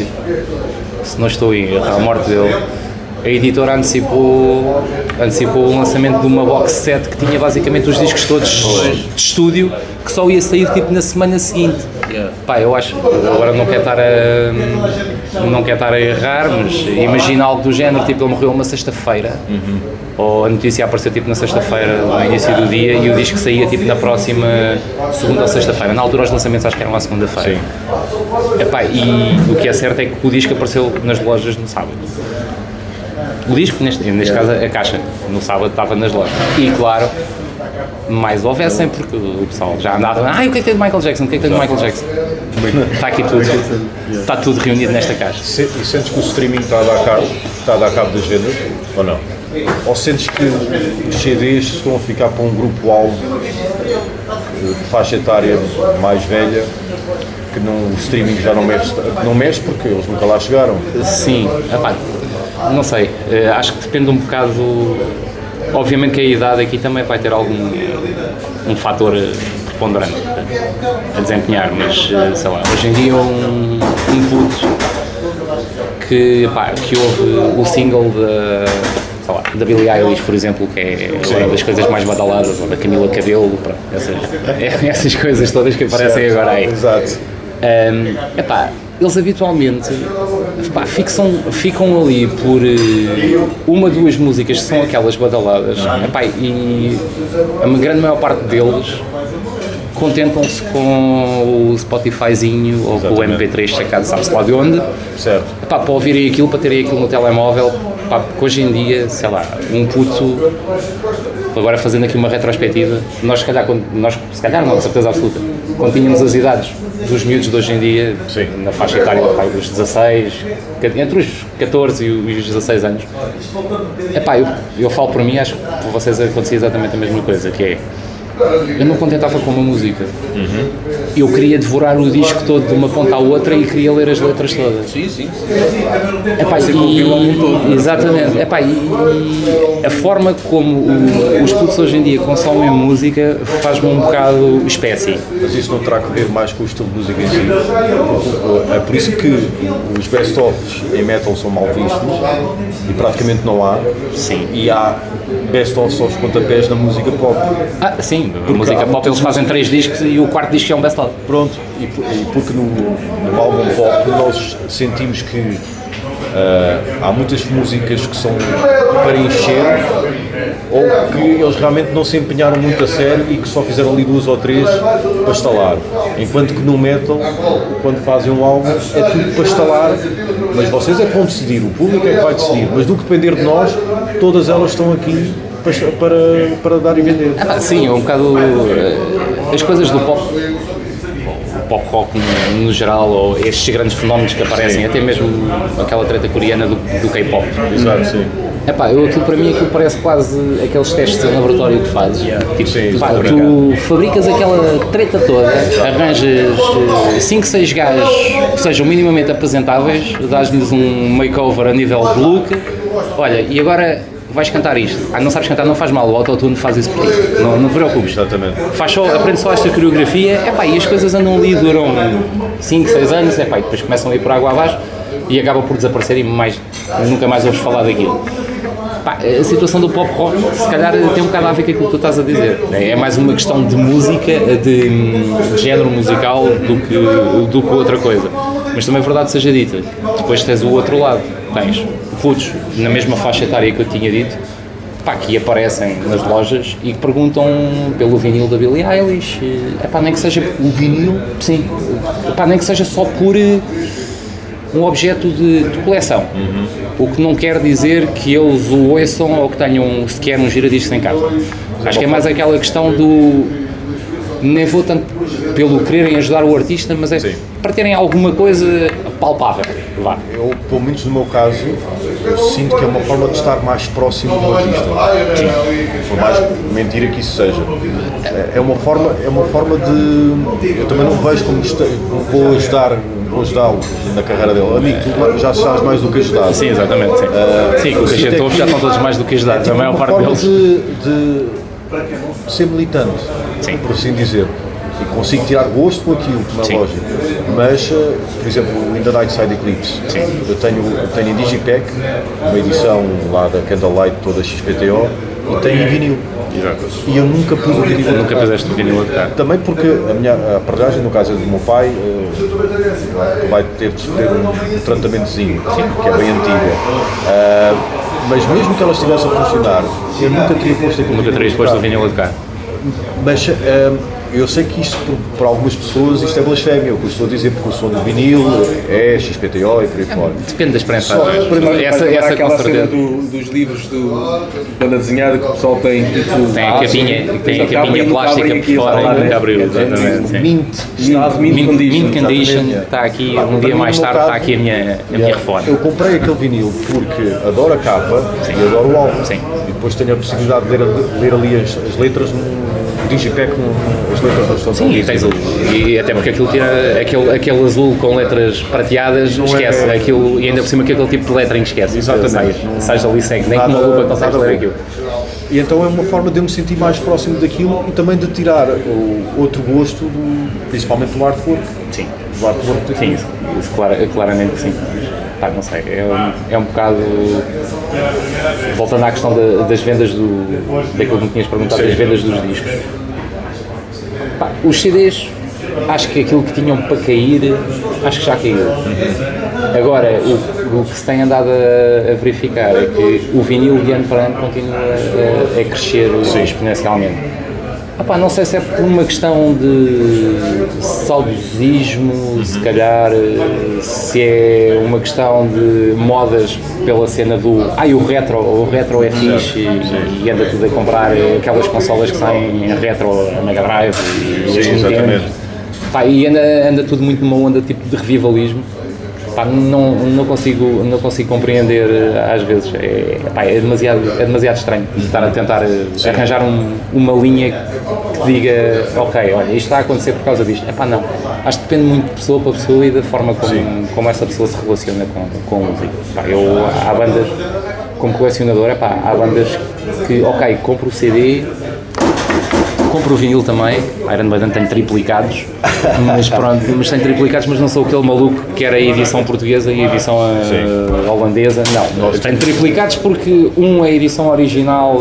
se não estou em erro, à morte dele, a editora antecipou, antecipou o lançamento de uma box set que tinha basicamente os discos todos de estúdio, que só ia sair tipo na semana seguinte. Yeah. Pá, eu acho, agora não quero estar a, não quero estar a errar, mas imagina algo do género, tipo, ele morreu uma sexta-feira, uhum. ou a notícia apareceu tipo na sexta-feira, no início do dia, e o disco saía tipo na próxima segunda ou sexta-feira. Na altura os lançamentos acho que eram à segunda-feira. Epá, e o que é certo é que o disco apareceu nas lojas no sábado. O disco, neste, neste caso a caixa, no sábado estava nas lojas. E claro, mais houvessem, porque o pessoal já andava, ah, o que é que tem de Michael Jackson, o que é que tem de Michael Jackson? Está aqui tudo, está tudo reunido nesta caixa. E sentes que o streaming está a dar cabo, está a dar cabo das vendas, ou não? Ou sentes que os C Ds estão a ficar para um grupo-alvo de faixa etária mais velha, que não, o streaming já não mexe, não mexe porque eles nunca lá chegaram? Sim, epá, não sei, acho que depende um bocado, obviamente que a idade aqui também vai ter algum um fator preponderante a desempenhar, mas sei lá, hoje em dia um, um puto que, pá, que ouve o single da sei lá, da Billie Eilish, por exemplo, que é uma das coisas mais badaladas, ou da Camila Cabello, pronto, essas, essas coisas todas que aparecem certo. agora aí. Exato. Um, epá, eles habitualmente epá, fixam, ficam ali por uh, uma, duas músicas que são aquelas badaladas, epá, e a grande maior parte deles contentam-se com o Spotifyzinho ou com o M P três sacado, sabe-se lá de onde, certo. Epá, para ouvirem aquilo, para terem aquilo no telemóvel, epá, porque hoje em dia, sei lá, um puto, agora fazendo aqui uma retrospectiva, nós se calhar, nós, se calhar não, de certeza absoluta, quando tínhamos as idades dos miúdos de hoje em dia, sim, na faixa etária dos dezasseis, entre os catorze e os dezasseis anos, epá, eu, eu falo por mim, acho que por vocês acontecia exatamente a mesma coisa, que é, eu não contentava com uma música, uhum. Eu queria devorar o disco todo de uma ponta à outra e queria ler as letras todas. Sim, sim. Epá, e, exatamente. Epá, e, e a forma como o, os putos hoje em dia consomem música faz-me um bocado espécie. Mas isso não terá que ver mais com o estilo de música em si. É por isso que os best-ofs em metal são mal vistos e praticamente não há. Sim. E há best-ofs aos pontapés na música pop. Ah, sim, a música pop eles fazem três discos e o quarto disco é um best-of. Pronto, e, e porque no, no álbum pop nós sentimos que uh, há muitas músicas que são para encher ou que eles realmente não se empenharam muito a sério e que só fizeram ali duas ou três para estalar. Enquanto que no metal, quando fazem um álbum, é tudo para estalar, mas vocês é que vão decidir, o público é que vai decidir, mas do que depender de nós, todas elas estão aqui para, para, para dar e vender. Ah, sim, é um bocado uh, as coisas do pop, o pop rock no, no geral, ou estes grandes fenómenos que aparecem, sim, até mesmo aquela treta coreana do, do K-pop. Exato, sim. Epá, eu, aquilo para mim aquilo parece quase aqueles testes em laboratório que fazes. Yeah. Tipo, sim, pá, tu fabricas aquela treta toda, arranjas cinco, seis gajos que sejam minimamente apresentáveis, dás-lhes um makeover a nível de look, olha, e agora vais cantar isto. Ah, não sabes cantar, não faz mal, o autotune faz isso por ti. Não, não te preocupes. Exatamente. Faz só, aprende só esta coreografia, epá, e as coisas andam ali, duram cinco, seis anos, epá, e depois começam a ir por água abaixo e acabam por desaparecer e mais, nunca mais ouves falar daquilo. Pá, a situação do pop rock, se calhar tem um bocado a ver com aquilo que tu estás a dizer. É mais uma questão de música, de, de género musical, do que, do que outra coisa. Mas também é verdade seja dita. Depois tens o outro lado. Tens putos na mesma faixa etária que eu tinha dito, pá, que aparecem nas lojas e que perguntam pelo vinil da Billie Eilish. Epá, nem que seja o vinil, sim. Epá, nem que seja só por um objeto de, de coleção. Uhum. O que não quer dizer que eles o ouçam ou que tenham sequer um giradiscos em casa. Acho que é mais aquela questão do... Nem vou tanto pelo quererem ajudar o artista, mas é sim, para terem alguma coisa palpável. Vá. Eu, pelo menos no meu caso, eu sinto que é uma forma de estar mais próximo do artista. Sim. Por mais mentira que isso seja. É uma forma, é uma forma de... Eu também não vejo como está, vou ajudar... vou ajudá-lo na carreira dele. Amigo, tu já sabes mais do que ajudar. Sim, exatamente. Sim, uh, sim os que já estão todos mais do que ajudar, é tipo a maior parte deles. De, de ser militante, sim, por assim dizer. E consigo tirar gosto com aquilo, como é sim, lógico. Mas, uh, por exemplo, o In The Night Side Eclipse, sim, eu tenho, eu tenho em Digipack, uma edição lá da Candlelight, toda X P T O, e tenho em vinil. Exato. E eu nunca pus o vinil. Nunca puseste o vinil a tocar. Também porque a minha a aparelhagem, no caso do meu pai, uh, vai ter de sofrer um, um tratamentozinho, sim, que é bem antiga. Uh, mas mesmo que ela estivesse a funcionar, eu nunca teria posto aquilo. Nunca terias posto o vinil a tocar. Mas uh, eu sei que isto, para algumas pessoas, isto é blasfémia. O que eu estou a dizer, porque o som do vinil é X P T O e por aí fora. Depende da experiência. Essa, essa aquela cena do, dos livros do banda desenhada que o pessoal tem tipo. Tem a capinha, tem a capinha plástica por fora e nunca abriu. Exatamente. Mint, estado mint condition. Mint condition, está aqui, um dia mais tarde está aqui a minha, a minha reforma. Eu comprei aquele vinil porque adoro a capa e adoro o álbum. Sim. E depois tenho a possibilidade de ler, ler ali as, as letras no Digipack, as letras da estão. Sim, e tens o, e até porque aquilo tira aquele, aquele azul com letras prateadas, não esquece, é, aquilo, e ainda por cima que aquele tipo de lettering esquece. Exatamente. Sais dali segue, nem com uma lupa consegues ler aquilo. E então é uma forma de eu me sentir mais próximo daquilo e também de tirar o outro gosto, do, principalmente do artwork. Sim. Do artwork daquilo. Sim, isso, isso clara, claramente que sim. Pá, não sei, é um, é um bocado. Voltando à questão da, das vendas do. Daquilo que me tinhas perguntado, sim. das vendas dos discos. Pá, os C Ds, acho que aquilo que tinham para cair, acho que já caiu. Agora, o, o que se tem andado a, a verificar é que o vinil de ano para ano continua a, a crescer sim. exponencialmente. Ah pá, não sei se é por uma questão de saudosismo, uhum. se calhar, se é uma questão de modas pela cena do ai, o retro, o retro é fixe e, e anda tudo a comprar aquelas consolas que saem em retro, a Mega Drive e sim, exatamente. Pá, e anda, anda tudo muito numa onda tipo de revivalismo. Pá, não, não, consigo, não consigo compreender às vezes, é, pá, é, demasiado, é demasiado estranho estar a tentar sim. arranjar um, uma linha que diga, ok, olha, isto está a acontecer por causa disto. É pá, não, acho que depende muito de pessoa para pessoa e da forma como, como essa pessoa se relaciona com, com a música. Pá, eu, há bandas, como colecionador, é pá, há bandas que, ok, compro o C D, compro o vinil também, Iron Maiden tem triplicados, mas pronto, mas tem triplicados, mas não sou aquele maluco que quer a edição portuguesa e a edição uh, holandesa, não, tenho triplicados porque um é a edição original,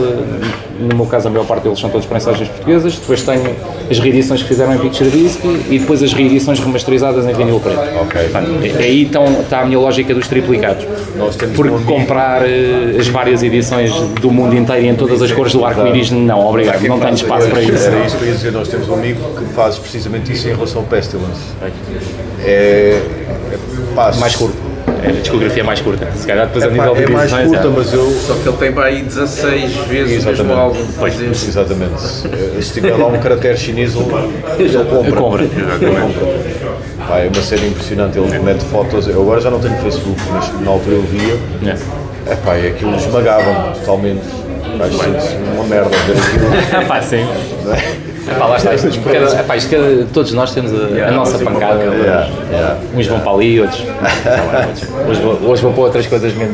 no meu caso a maior parte deles são todos prensagens portuguesas, depois tenho as reedições que fizeram em Picture Disc e depois as reedições remasterizadas em vinil preto. Ok. Portanto, aí então, está a minha lógica dos triplicados, porque um comprar uh, as várias edições do mundo inteiro e em todas as cores do arco-íris, não, obrigado, não tenho espaço para isso. Era isso que eu ia dizer, nós temos um amigo que faz precisamente isso em relação ao Pestilence. É, é, pá, mais curto, é a discografia mais curta, se calhar depois é, a nível é de mais edições, curta, é. mas eu... Só que ele tem para aí dezasseis vezes o mesmo álbum. Pois, exatamente. Se tiver lá um caractere chinês, ele compra. Compra, exatamente. Pá, é uma série impressionante, ele mete fotos, eu agora já não tenho Facebook, mas na altura eu via, é pá, e aquilo esmagava-me totalmente, pá, sente-se uma merda ver aquilo. Pá, sim. Epá, lá está, isto, cada, epá, isto cada, todos nós temos a, yeah, a nossa pancada, yeah, yeah, uns vão para ali, outros, outros, outros, outros vão para outras coisas menos,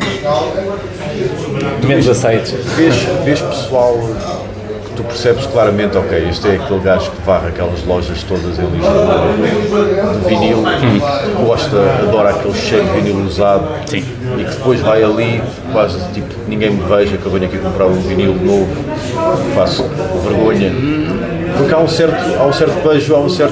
menos aceites. Vês, vês pessoal que tu percebes claramente, ok, este é aquele gajo que varre aquelas lojas todas em Lisboa de vinil, hum. que gosta, adora aquele cheiro de vinil usado. Sim. E que depois vai ali, quase tipo, ninguém me veja que eu venho aqui comprar um vinil novo, faço vergonha. Porque há um certo, há um certo beijo, há um certo...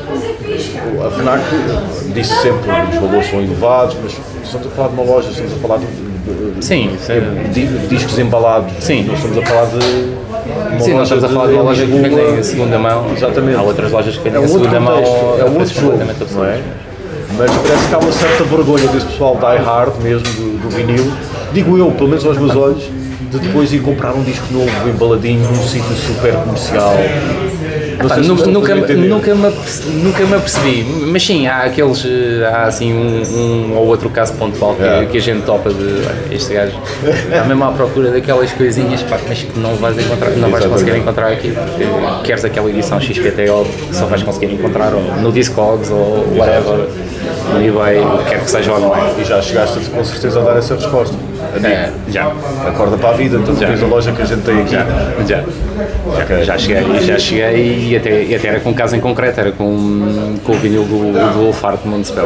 A FNAC disse sempre que os valores são elevados, mas estamos a falar de uma loja, estamos a falar de, de, sim, de, de discos embalados, sim. Nós estamos a falar de... Sim, nós estamos a falar de uma loja que vendem a segunda mão. Exatamente. Há outras lojas que vendem é a segunda mão. É um outro jogo, não é? Mas parece que há uma certa vergonha desse pessoal die hard mesmo, do, do vinil, digo eu, pelo menos aos meus olhos, de depois ir comprar um disco novo, embaladinho, num sítio super comercial. Não Epá, sei se nunca, nunca, nunca, me, nunca me apercebi, mas sim, há aqueles, há assim um, um ou outro caso pontual que, yeah. que a gente topa de, olha, este gajo está mesmo à procura daquelas coisinhas, pá, mas que não vais encontrar, não vais conseguir encontrar aqui, porque queres aquela edição X P T O que só vais conseguir encontrar ou no Discogs ou whatever, no eBay, quer que seja online. E já chegaste com certeza a dar essa resposta. É, já. Acorda para a vida, então tens a loja que a gente tem aqui. Já, já. Okay. Já cheguei, já cheguei e até, e até era com um caso em concreto, era com, com o vinil do, do Wolfart de Municipal.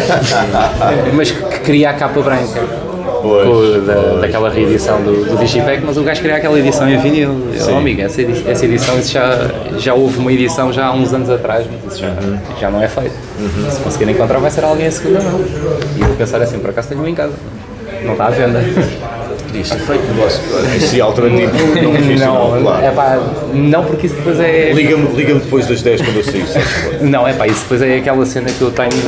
Mas que queria a capa branca. Pois, com, da, pois, daquela reedição do, do Digipack, mas o gajo queria aquela edição em vinil. Eu, oh, amigo, essa edição, essa edição isso já, já houve uma edição já há uns anos atrás, mas isso já, uhum. já não é feito. Uhum. Se conseguir encontrar, vai ser alguém a segunda mão. E eu vou pensar assim, por acaso tenho em casa. Não está à venda. Podia ser feito negócio. Seria alternativo. Não, não, claro. É pá, não, porque isso depois é. Liga-me liga depois das dez quando eu sair. Não, é pá, isso depois é aquela cena que eu tenho.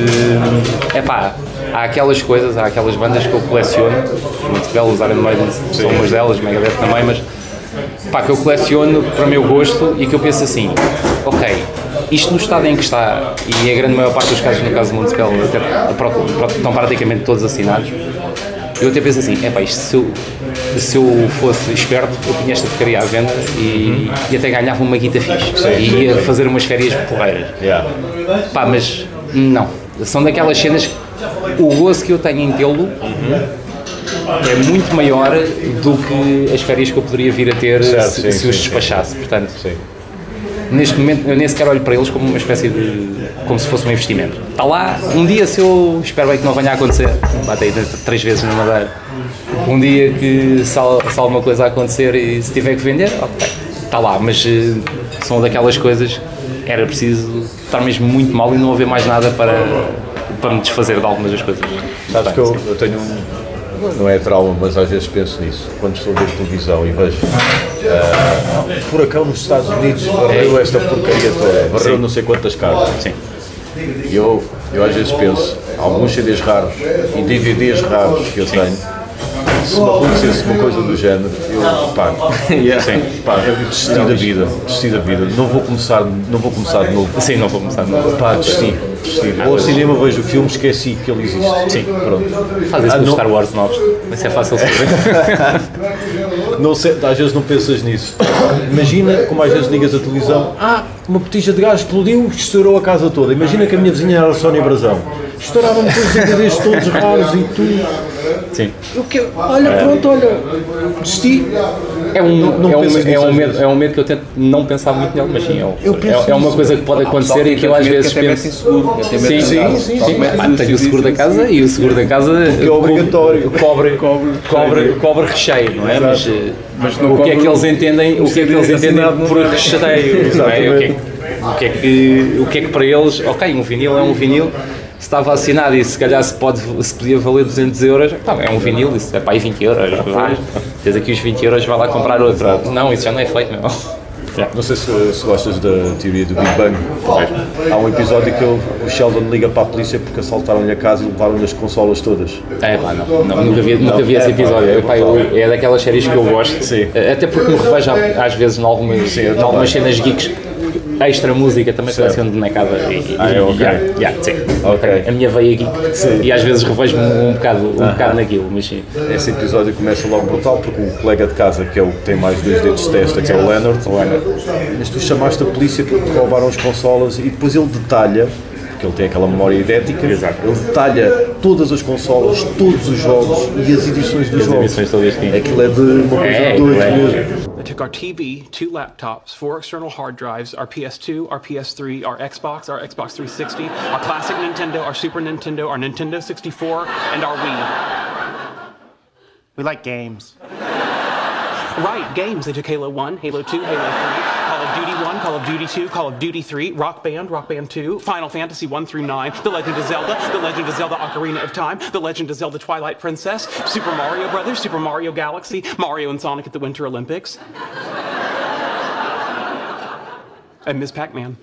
É pá, há aquelas coisas, há aquelas bandas que eu coleciono. Muito belo, os Iron Maiden são umas delas, Megadeth também, mas pá, que eu coleciono para o meu gosto e que eu penso assim, ok, isto no estado em que está, e a grande maior parte dos casos, no caso do Municipal, estão praticamente todos assinados. Eu até penso assim, é pá, isto se eu, se eu fosse esperto, eu punha esta porcaria à venda e, uhum. e até ganhava uma guita fixe. Sim, e ia fazer umas férias porreiras. Yeah. Pá, mas não. São daquelas cenas, o gozo que eu tenho em tê-lo, uhum. é muito maior do que as férias que eu poderia vir a ter Certo, se, sim, se os sim, despachasse. sim. Portanto, Sim. neste momento eu nem sequer olho para eles como uma espécie de, como se fosse um investimento. Está lá, um dia se eu, espero bem que não venha a acontecer, batei três vezes na Madeira, um dia que se, se alguma coisa a acontecer e se tiver que vender, ok, está lá, mas uh, são daquelas coisas, era preciso estar mesmo muito mal e não haver mais nada para, para me desfazer de algumas das coisas. Sabes que eu, eu tenho um, não é trauma, mas às vezes penso nisso, quando estou a ver televisão e vejo uh, furacão nos Estados Unidos, varreu esta porcaria toda, varreu não sei quantas casas. Sim. E eu, eu às vezes penso, alguns C Ds raros e D V Ds raros que eu tenho, se me acontecesse uma coisa do género, eu, pá, Yeah. Sim. pá, eu desisti da vida, desisti da vida, não vou começar, não vou começar de novo. Sim, não vou começar de novo. Pá, desisti, desisti. Vou ao cinema, vejo o filme, esqueci que ele existe. Sim. Pronto. Faz isso Ah, com os não- Star Wars novos, mas é fácil saber. Não sei, às vezes não pensas nisso. Imagina como às vezes ligas a televisão, ah, uma botija de gás explodiu, estourou a casa toda. Imagina que a minha vizinha era a Sónia Brazão. Estouravam-me todos os D V Ds todos raros e tudo. Sim. Eu que, olha, pronto, olha, desisti. É um, Não- não é, um, pensas é, nisso um às medo, vezes? é um medo que eu tento não pensar muito nele, mas sim, é, um- Eu penso é, é uma nisso. coisa que pode acontecer e que eu às vezes até metem penso. seguro. Até metem Sim, seguro. sim, sim, Só sim. metem Ah, seguro. tenho o seguro da casa e o seguro da casa Que é obrigatório. cobre, cobre, cobre, cobre recheio, não é? Mas, eh, Mas não o que é cobre que eles entendem, o que é que eles entendem assinado por no- recheio, não é? O que é, que- o que é que o que é que para eles, ok, um vinil é um vinil. Se estava assinado e se calhar se, pode, se podia valer duzentos euros, tá, é um vinil, isso é para aí vinte euros, vai, tens aqui os vinte euros, vai lá comprar outro. Não, isso já não é feito, meu. Não sei se, se gostas da teoria do Big Bang. Há um episódio que ele, o Sheldon liga para a polícia porque assaltaram-lhe a casa e levaram-lhe as consolas todas. É pá, não, não, nunca vi, nunca vi esse episódio. É, pá, eu- é daquelas séries que eu gosto, Sim. até porque me revejo às vezes em algumas, em algumas cenas geeks. Extra música, também coleciono de bonecada e, Ah, é, e- ok. yeah, yeah, sim. Ok. A minha veia geek e às vezes revejo-me um bocado, um bocado naquilo, mas sim. Esse episódio começa logo brutal porque o colega de casa, que é o que tem mais dois dedos de testa, que é o Leonard, mas tu chamaste a polícia porque te roubaram as consolas e depois ele detalha, porque ele tem aquela memória idética, ele detalha todas as consolas, todos os jogos e as edições dos jogos. edições todas que tem. Aquilo é de uma coisa É, de doido é. mesmo. I took our T V, two laptops, four external hard drives, our P S two, our P S three, our Xbox, our Xbox three sixty, our classic Nintendo, our Super Nintendo, our Nintendo sixty-four, and our Wii. We like games. Right, games. They took Halo one, Halo two, Halo three, Call of Duty one, Call of Duty two, Call of Duty three, Rock Band, Rock Band two, Final Fantasy one through nine, The Legend of Zelda, The Legend of Zelda Ocarina of Time, The Legend of Zelda Twilight Princess, Super Mario Brothers, Super Mario Galaxy, Mario and Sonic at the Winter Olympics, and Miss Pac-Man.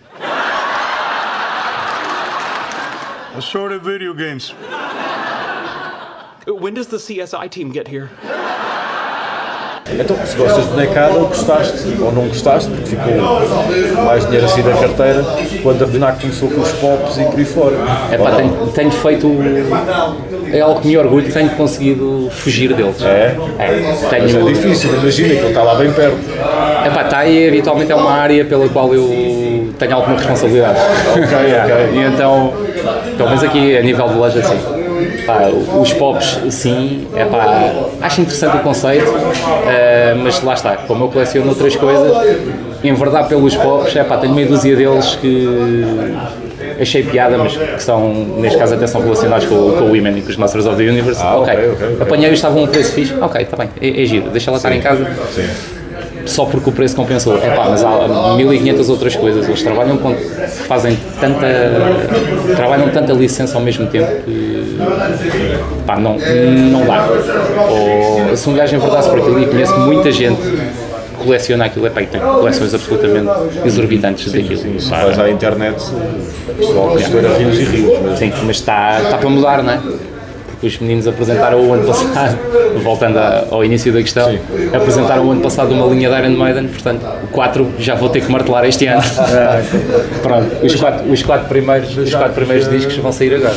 Assorted video games. When does the C S I team get here? Então, se gostas de bonecada, gostaste ou não gostaste, porque ficou mais dinheiro assim da carteira, quando a FNAC começou com os pops e por aí fora. É pá, tenho, tenho feito. É algo que me orgulho, tenho conseguido fugir deles. É? É, Mas tenho, é difícil, imagina que ele está lá bem perto. é pá, está aí, habitualmente é uma área pela qual eu tenho alguma responsabilidade. Ok, ok. E então, pelo menos aqui a nível de loja, sim. Pá, os pops, sim, é pá, acho interessante o conceito, uh, mas lá está, como eu coleciono outras coisas, enverdar pelos pops, é pá, tenho meia dúzia deles que achei piada, mas que são, neste caso, até são relacionados com, com o Women e com os Masters of the Universe. Ah, ok, ok, ok, ok. apanhei-os, estavam a um preço fixe, ok, está bem, é, é giro, deixa ela estar em casa. Sim. Só porque o preço compensou. É pá, mas há mil e quinhentas outras coisas. Eles trabalham com. fazem tanta. trabalham tanta licença ao mesmo tempo que. pá, não, não dá. Ou se um gajo enverdasse por aquilo e conhece muita gente que coleciona aquilo, é pá, e tem coleções absolutamente exorbitantes daquilo. Sim, se Pá, vais à internet, o pessoal costuma rios e rios. Mas... sim, mas está, está para mudar, não é? Os meninos apresentaram o ano passado, voltando a, ao início da questão, sim. apresentaram o ano passado uma linha de Iron Maiden, portanto, o quatro já vou ter que martelar este ano. Pronto, os quatro, os quatro primeiros, os quatro primeiros discos vão sair agora.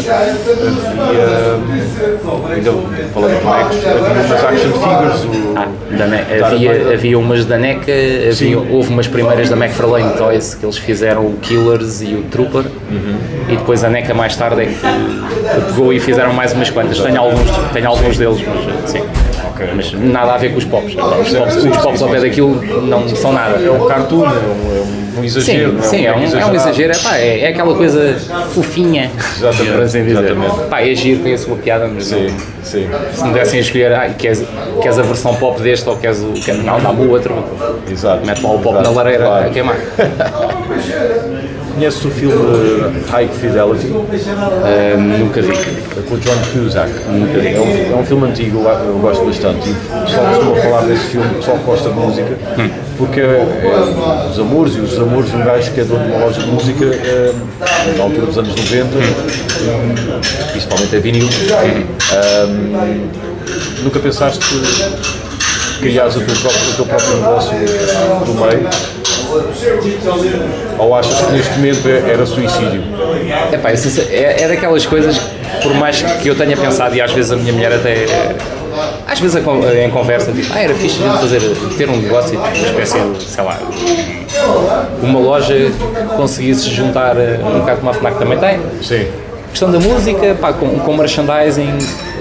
Havia, ainda falando de bonecos, havia umas action figures. O... Ah, da Ne- havia, havia umas da NECA, havia, houve umas primeiras da McFarlane Toys que eles fizeram o Killers e o Trooper, uhum. e depois a NECA mais tarde é que pegou e fizeram mais umas quantas. mas tenho alguns, tenho alguns deles, mas sim. Okay. Mas nada a ver com os pops. Os pops, os pops ao pé daquilo não são nada. É um cartoon, é um, é um exagero. Sim, sim, é, um, é um exagero. É, pá, é, é aquela coisa fofinha. Exatamente. Assim dizer. Exatamente. Pá, é giro, tem a sua piada, mas sim, não, sim. se me dessem a escolher, ah, queres, queres a versão pop deste ou queres o. Queres, não, dá-me o outro. Exato. Mete lá o pop Exato. na lareira Claro. a queimar. Conheces o filme High Fidelity? Uh, nunca vi. Com o John Cusack. Nunca vi. É um, é um filme antigo, eu gosto bastante. E o pessoal costuma falar desse filme, o pessoal gosta de música, hum. porque é, é os amores e os amores de um gajo que é dono de uma loja de música é, na altura dos anos noventa, hum. principalmente é vinil. Hum. Um, nunca pensaste criares o teu próprio, o teu próprio negócio do meio? Ou achas que neste momento era suicídio? Epá, é, é daquelas coisas que, por mais que eu tenha pensado, e às vezes a minha mulher até, às vezes em conversa, tipo, ah, era fixe a gente fazer, ter um negócio, uma espécie de, sei lá, uma loja que conseguisse juntar um bocado como a FNAC também tem. Sim. Questão da música, pá, com, com merchandising,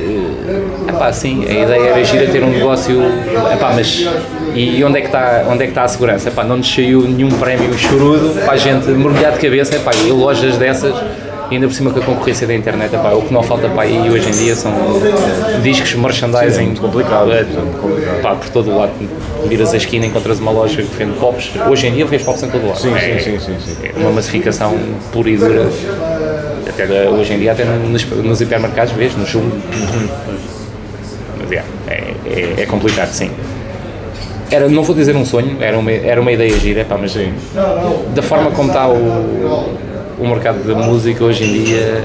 epá, sim, a ideia era gira ter um negócio, epá, mas e onde é que está, onde é que está a segurança? Epá, não nos saiu nenhum prémio chorudo para a gente mergulhar de cabeça, epá, e lojas dessas, ainda por cima com a concorrência da internet, epá, o que não falta para aí hoje em dia são discos, merchandising, sim, muito complicado, é, muito complicado. Pá, por todo o lado, viras a esquina, encontras uma loja que vende pops, hoje em dia vês pops em todo o lado, sim, é, sim, sim, sim, sim. É uma massificação pura e dura. Até hoje em dia, até nos, nos hipermercados, vês, no chumbo. Uhum. Mas yeah, é, é, é complicado, sim. Era, não vou dizer um sonho, era uma, era uma ideia gira, pá, mas sim. Da forma como está o, o mercado da música hoje em dia,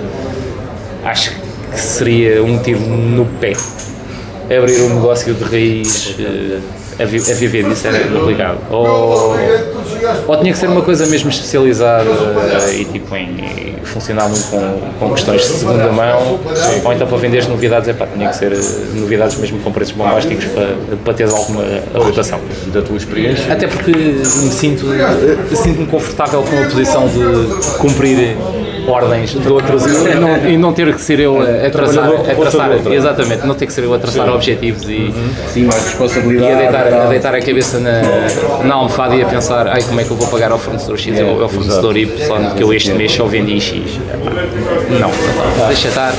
acho que seria um tiro no pé. Abrir um negócio de raiz, a, vi, a viver disso era complicado. Ou, ou tinha que ser uma coisa mesmo especializada e tipo em, em funcionar muito com, com questões de segunda mão, sim. Ou então para vender novidades, é pá, tinha que ser novidades mesmo com preços bombásticos para, para teres alguma rotação. Da tua experiência? Até porque me sinto, sinto-me confortável com a posição de cumprir ordens de outros e não, e não ter que ser eu a traçar, a traçar exatamente, não ter que ser eu a traçar sim. objetivos e, uhum. sim, mais responsabilidade e a deitar, a deitar a cabeça na, na almofada e a pensar, ai, como é que eu vou pagar ao fornecedor X ou ao fornecedor Y, só que eu este mês só vendi X. Não, deixa estar.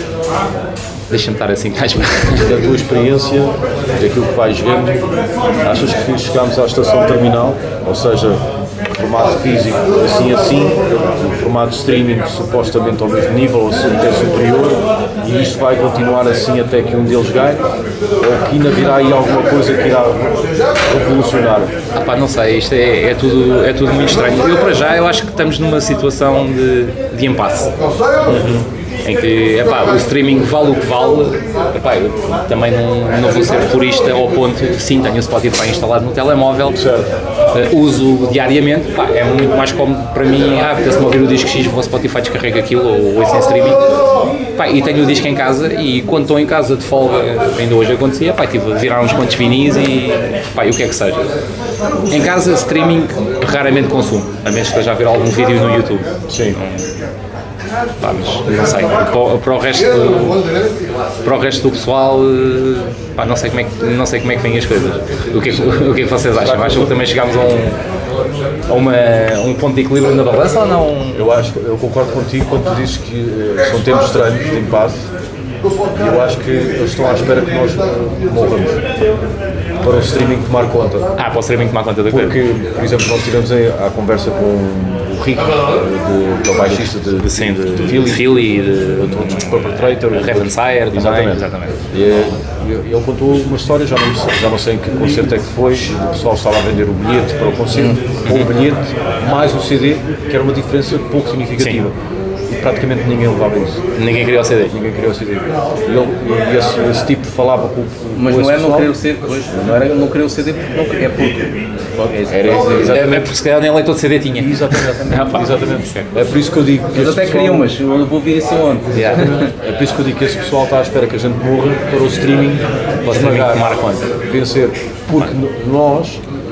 Deixa-me estar assim, estás bem. Da tua experiência, daquilo que vais vendo, achas que chegámos à estação terminal, ou seja, formato físico assim assim, formato de streaming supostamente ao mesmo nível ou até superior, e isto vai continuar assim até que um deles ganhe, ou que ainda virá aí alguma coisa que irá revolucionar? Ah pá, não sei, isto é, é, tudo, é tudo muito estranho. Eu para já eu acho que estamos numa situação de, de impasse. Uhum. Em que, epá, o streaming vale o que vale, epá, eu também não, não vou ser purista ao ponto, sim, tenho o Spotify instalado no telemóvel, uh, uso diariamente, epá, é muito mais cómodo para mim, ah, apetece-me ouvir o disco X, vou ao Spotify, descarrego aquilo ou ouço em streaming, epá, e tenho o disco em casa e quando estou em casa de folga, ainda hoje acontecia, epá, tive a virar uns quantos vinis e, epá, e o que é que seja. Em casa, streaming raramente consumo, a menos que esteja a ver algum vídeo no YouTube. Sim. Pá, mas não sei, para, para, o resto do, para o resto do pessoal, pá, não, sei como é que, não sei como é que vêm as coisas. O que é que, o que, é que vocês acham? Acham que também chegámos a um, a uma, a um ponto de equilíbrio na balança ou não? Eu acho, eu concordo contigo quando tu dizes que uh, são tempos estranhos, de impasse, e eu acho que eles estão à espera que nós morramos para o streaming tomar conta. Ah, para o streaming tomar conta da coisa. Porque, por exemplo, nós tivemos a, a conversa com o Rico, de, que é o baixista de, de, Sim, de, de Philly, Philly de, de, de Perpetrator, de Ravenshire, exatamente. exatamente. E, e ele contou uma história, já não, já não sei em que concerto é que foi, o pessoal estava a vender o bilhete para o concerto, ou o bilhete mais o C D, que era uma diferença pouco significativa. Sim. E praticamente ninguém levava isso. Ninguém queria o C D. Ninguém queria o C D. E, ele, e esse, esse tipo falava com o. Mas com não é pessoal. não querer o C D, pois, não era não querer o C D porque não, é porque. Era, é, é porque se calhar nem leitor de C D tinha. Exatamente. Ah, pá, exatamente. É por isso que eu digo que. Eles até pessoal, queriam, mas eu vou vir assim onde? Yeah. É por isso que eu digo que esse pessoal está à espera que a gente morra para o streaming para o streaming tomar conta. Vencer. Porque nós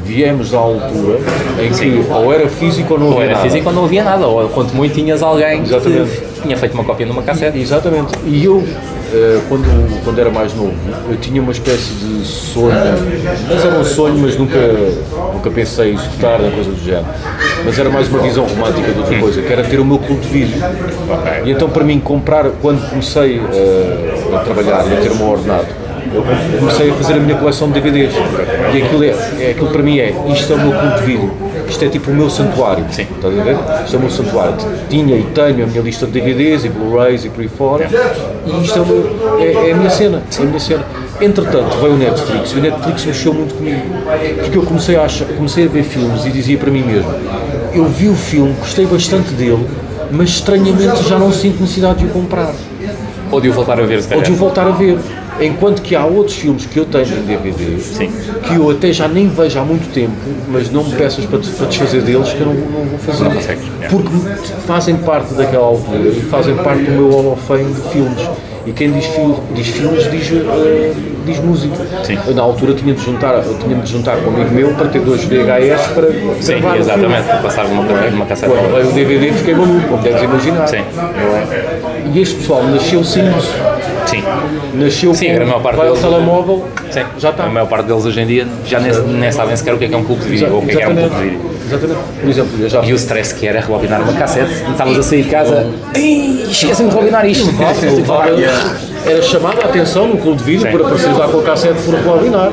viemos à altura em que Sim. ou era físico ou não havia ou era nada. físico ou não havia nada, ou quanto muito tinhas alguém Exatamente. que tinha feito uma cópia numa cassete. Exatamente. E eu, quando, quando era mais novo, eu tinha uma espécie de sonho, mas era um sonho, mas nunca, nunca pensei em executar, nem coisa do género. Mas era mais uma visão romântica de outra coisa, que era ter o meu culto de vídeo. Okay. E então para mim comprar, quando comecei uh, a trabalhar e a ter o meu ordenado, eu comecei a fazer a minha coleção de D V Ds. E aquilo, é, é, aquilo para mim é, isto é o meu culto de vídeo. Isto é tipo o meu santuário. Sim. Estás a ver? Isto é o meu santuário. Tinha e tenho a minha lista de D V Ds e Blu-rays e por aí fora. E isto é, o meu, é, é a minha cena. É a minha cena. Entretanto, veio o Netflix e o Netflix mexeu muito comigo. Porque eu comecei a, achar, comecei a ver filmes e dizia para mim mesmo, eu vi o filme, gostei bastante dele, mas estranhamente já não sinto necessidade de o comprar. Ou de o voltar a ver, se calhar. Ou de o voltar a ver. Enquanto que há outros filmes que eu tenho em D V D, Sim. que eu até já nem vejo há muito tempo, mas não me peças para, para desfazer deles, que eu não, não vou fazer. Não consegues. Porque fazem parte daquela altura e fazem parte do meu hall of fame de filmes. E quem diz, fil, diz filmes diz, uh, diz música. Sim. Eu, na altura tinha de juntar, tinha de juntar com um amigo meu para ter dois V H S para Sim, gravar exatamente, para passar uma, uma cassete. Quando veio o D V D fiquei maluco, como deves imaginar. Sim. E este pessoal nasceu sem isso. Sim. Nasceu Sim, com a maior parte vai deles, ao telemóvel, sim. já está. A maior parte deles hoje em dia já nem, nem sabem sequer o que é, que é um culto de vídeo ou o que é, que é um culto de vídeo. Exatamente. Por exemplo, eu já e o stress que era rebobinar uma cassete, estavas a sair de casa, esqueci-me de rebobinar isto. Era chamada a atenção no clube de vídeo para precisar com a cassete por rebobinar.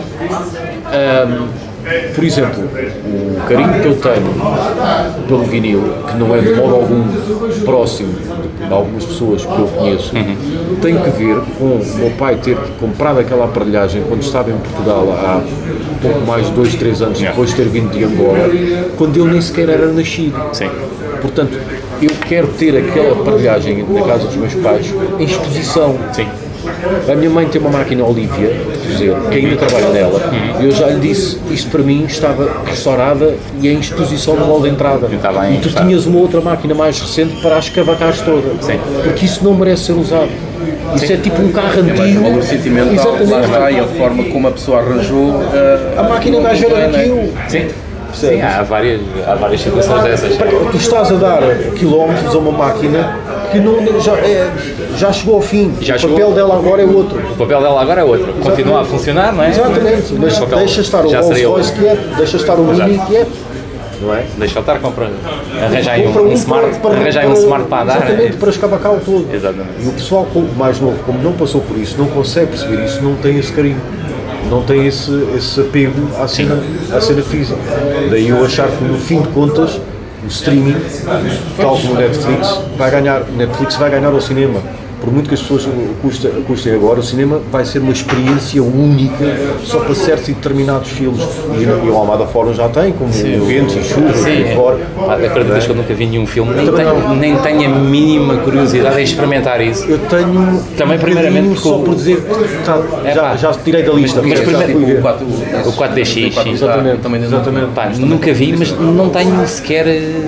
Um, por exemplo, o carinho que eu tenho pelo vinil, que não é de modo algum próximo de algumas pessoas que eu conheço, uhum. tem que ver com o meu pai ter comprado aquela aparelhagem quando estava em Portugal há pouco mais de dois, três anos, depois de ter vindo de Angola, quando eu nem sequer era nascido. Sim. Portanto, eu quero ter aquela aparelhagem na casa dos meus pais em exposição. Sim. A minha mãe tem uma máquina Olivia, dizer, que ainda trabalha nela, e eu já lhe disse, isto para mim estava restaurada e em exposição no hall de entrada. E tu tinhas uma outra máquina mais recente para as cavacares toda. Sim. Porque isso não merece ser usado. Isso Sim. é tipo um carro antigo. O valor sentimental, lá está, e a forma como a pessoa arranjou uh, a máquina mais velha do que eu. Sim. Sim, há várias, há várias situações dessas. Tu estás a dar quilómetros a uma máquina que não, já, é, já chegou ao fim. Já o papel chegou. dela agora é outro. O papel dela agora é outro. Exatamente. Continua a funcionar, não é? Exatamente, mas deixa estar o Rolls Royce quieto, deixa estar o Mini quieto. Não é? Deixa estar, compra. Arranja aí um, um smart para, arranja aí um smart para andar. Exatamente, é? Para escavacar o todo. Exatamente. E o pessoal mais novo, como não passou por isso, não consegue perceber isso, não tem esse carinho. Não tem esse, esse apego à cena, à cena física. Daí eu achar que no fim de contas o streaming, tal como o Netflix, vai ganhar, Netflix vai ganhar ao cinema. Por muito que as pessoas custem, custem agora, o cinema vai ser uma experiência única só para certos e determinados filmes. E, e o Almada Fórum já tem, como Ventos e Chuva, sim, e fora. Acreditas que eu nunca vi nenhum filme, nem tenho, nem tenho a mínima curiosidade em experimentar isso. Eu tenho também, primeiramente, só por dizer, tá, é, já, já tirei da lista. Mas, mas primeiro, o, quatro, o quatro D X, sim. Exatamente, também, exatamente. Pá, nunca vi, mas não tenho sequer.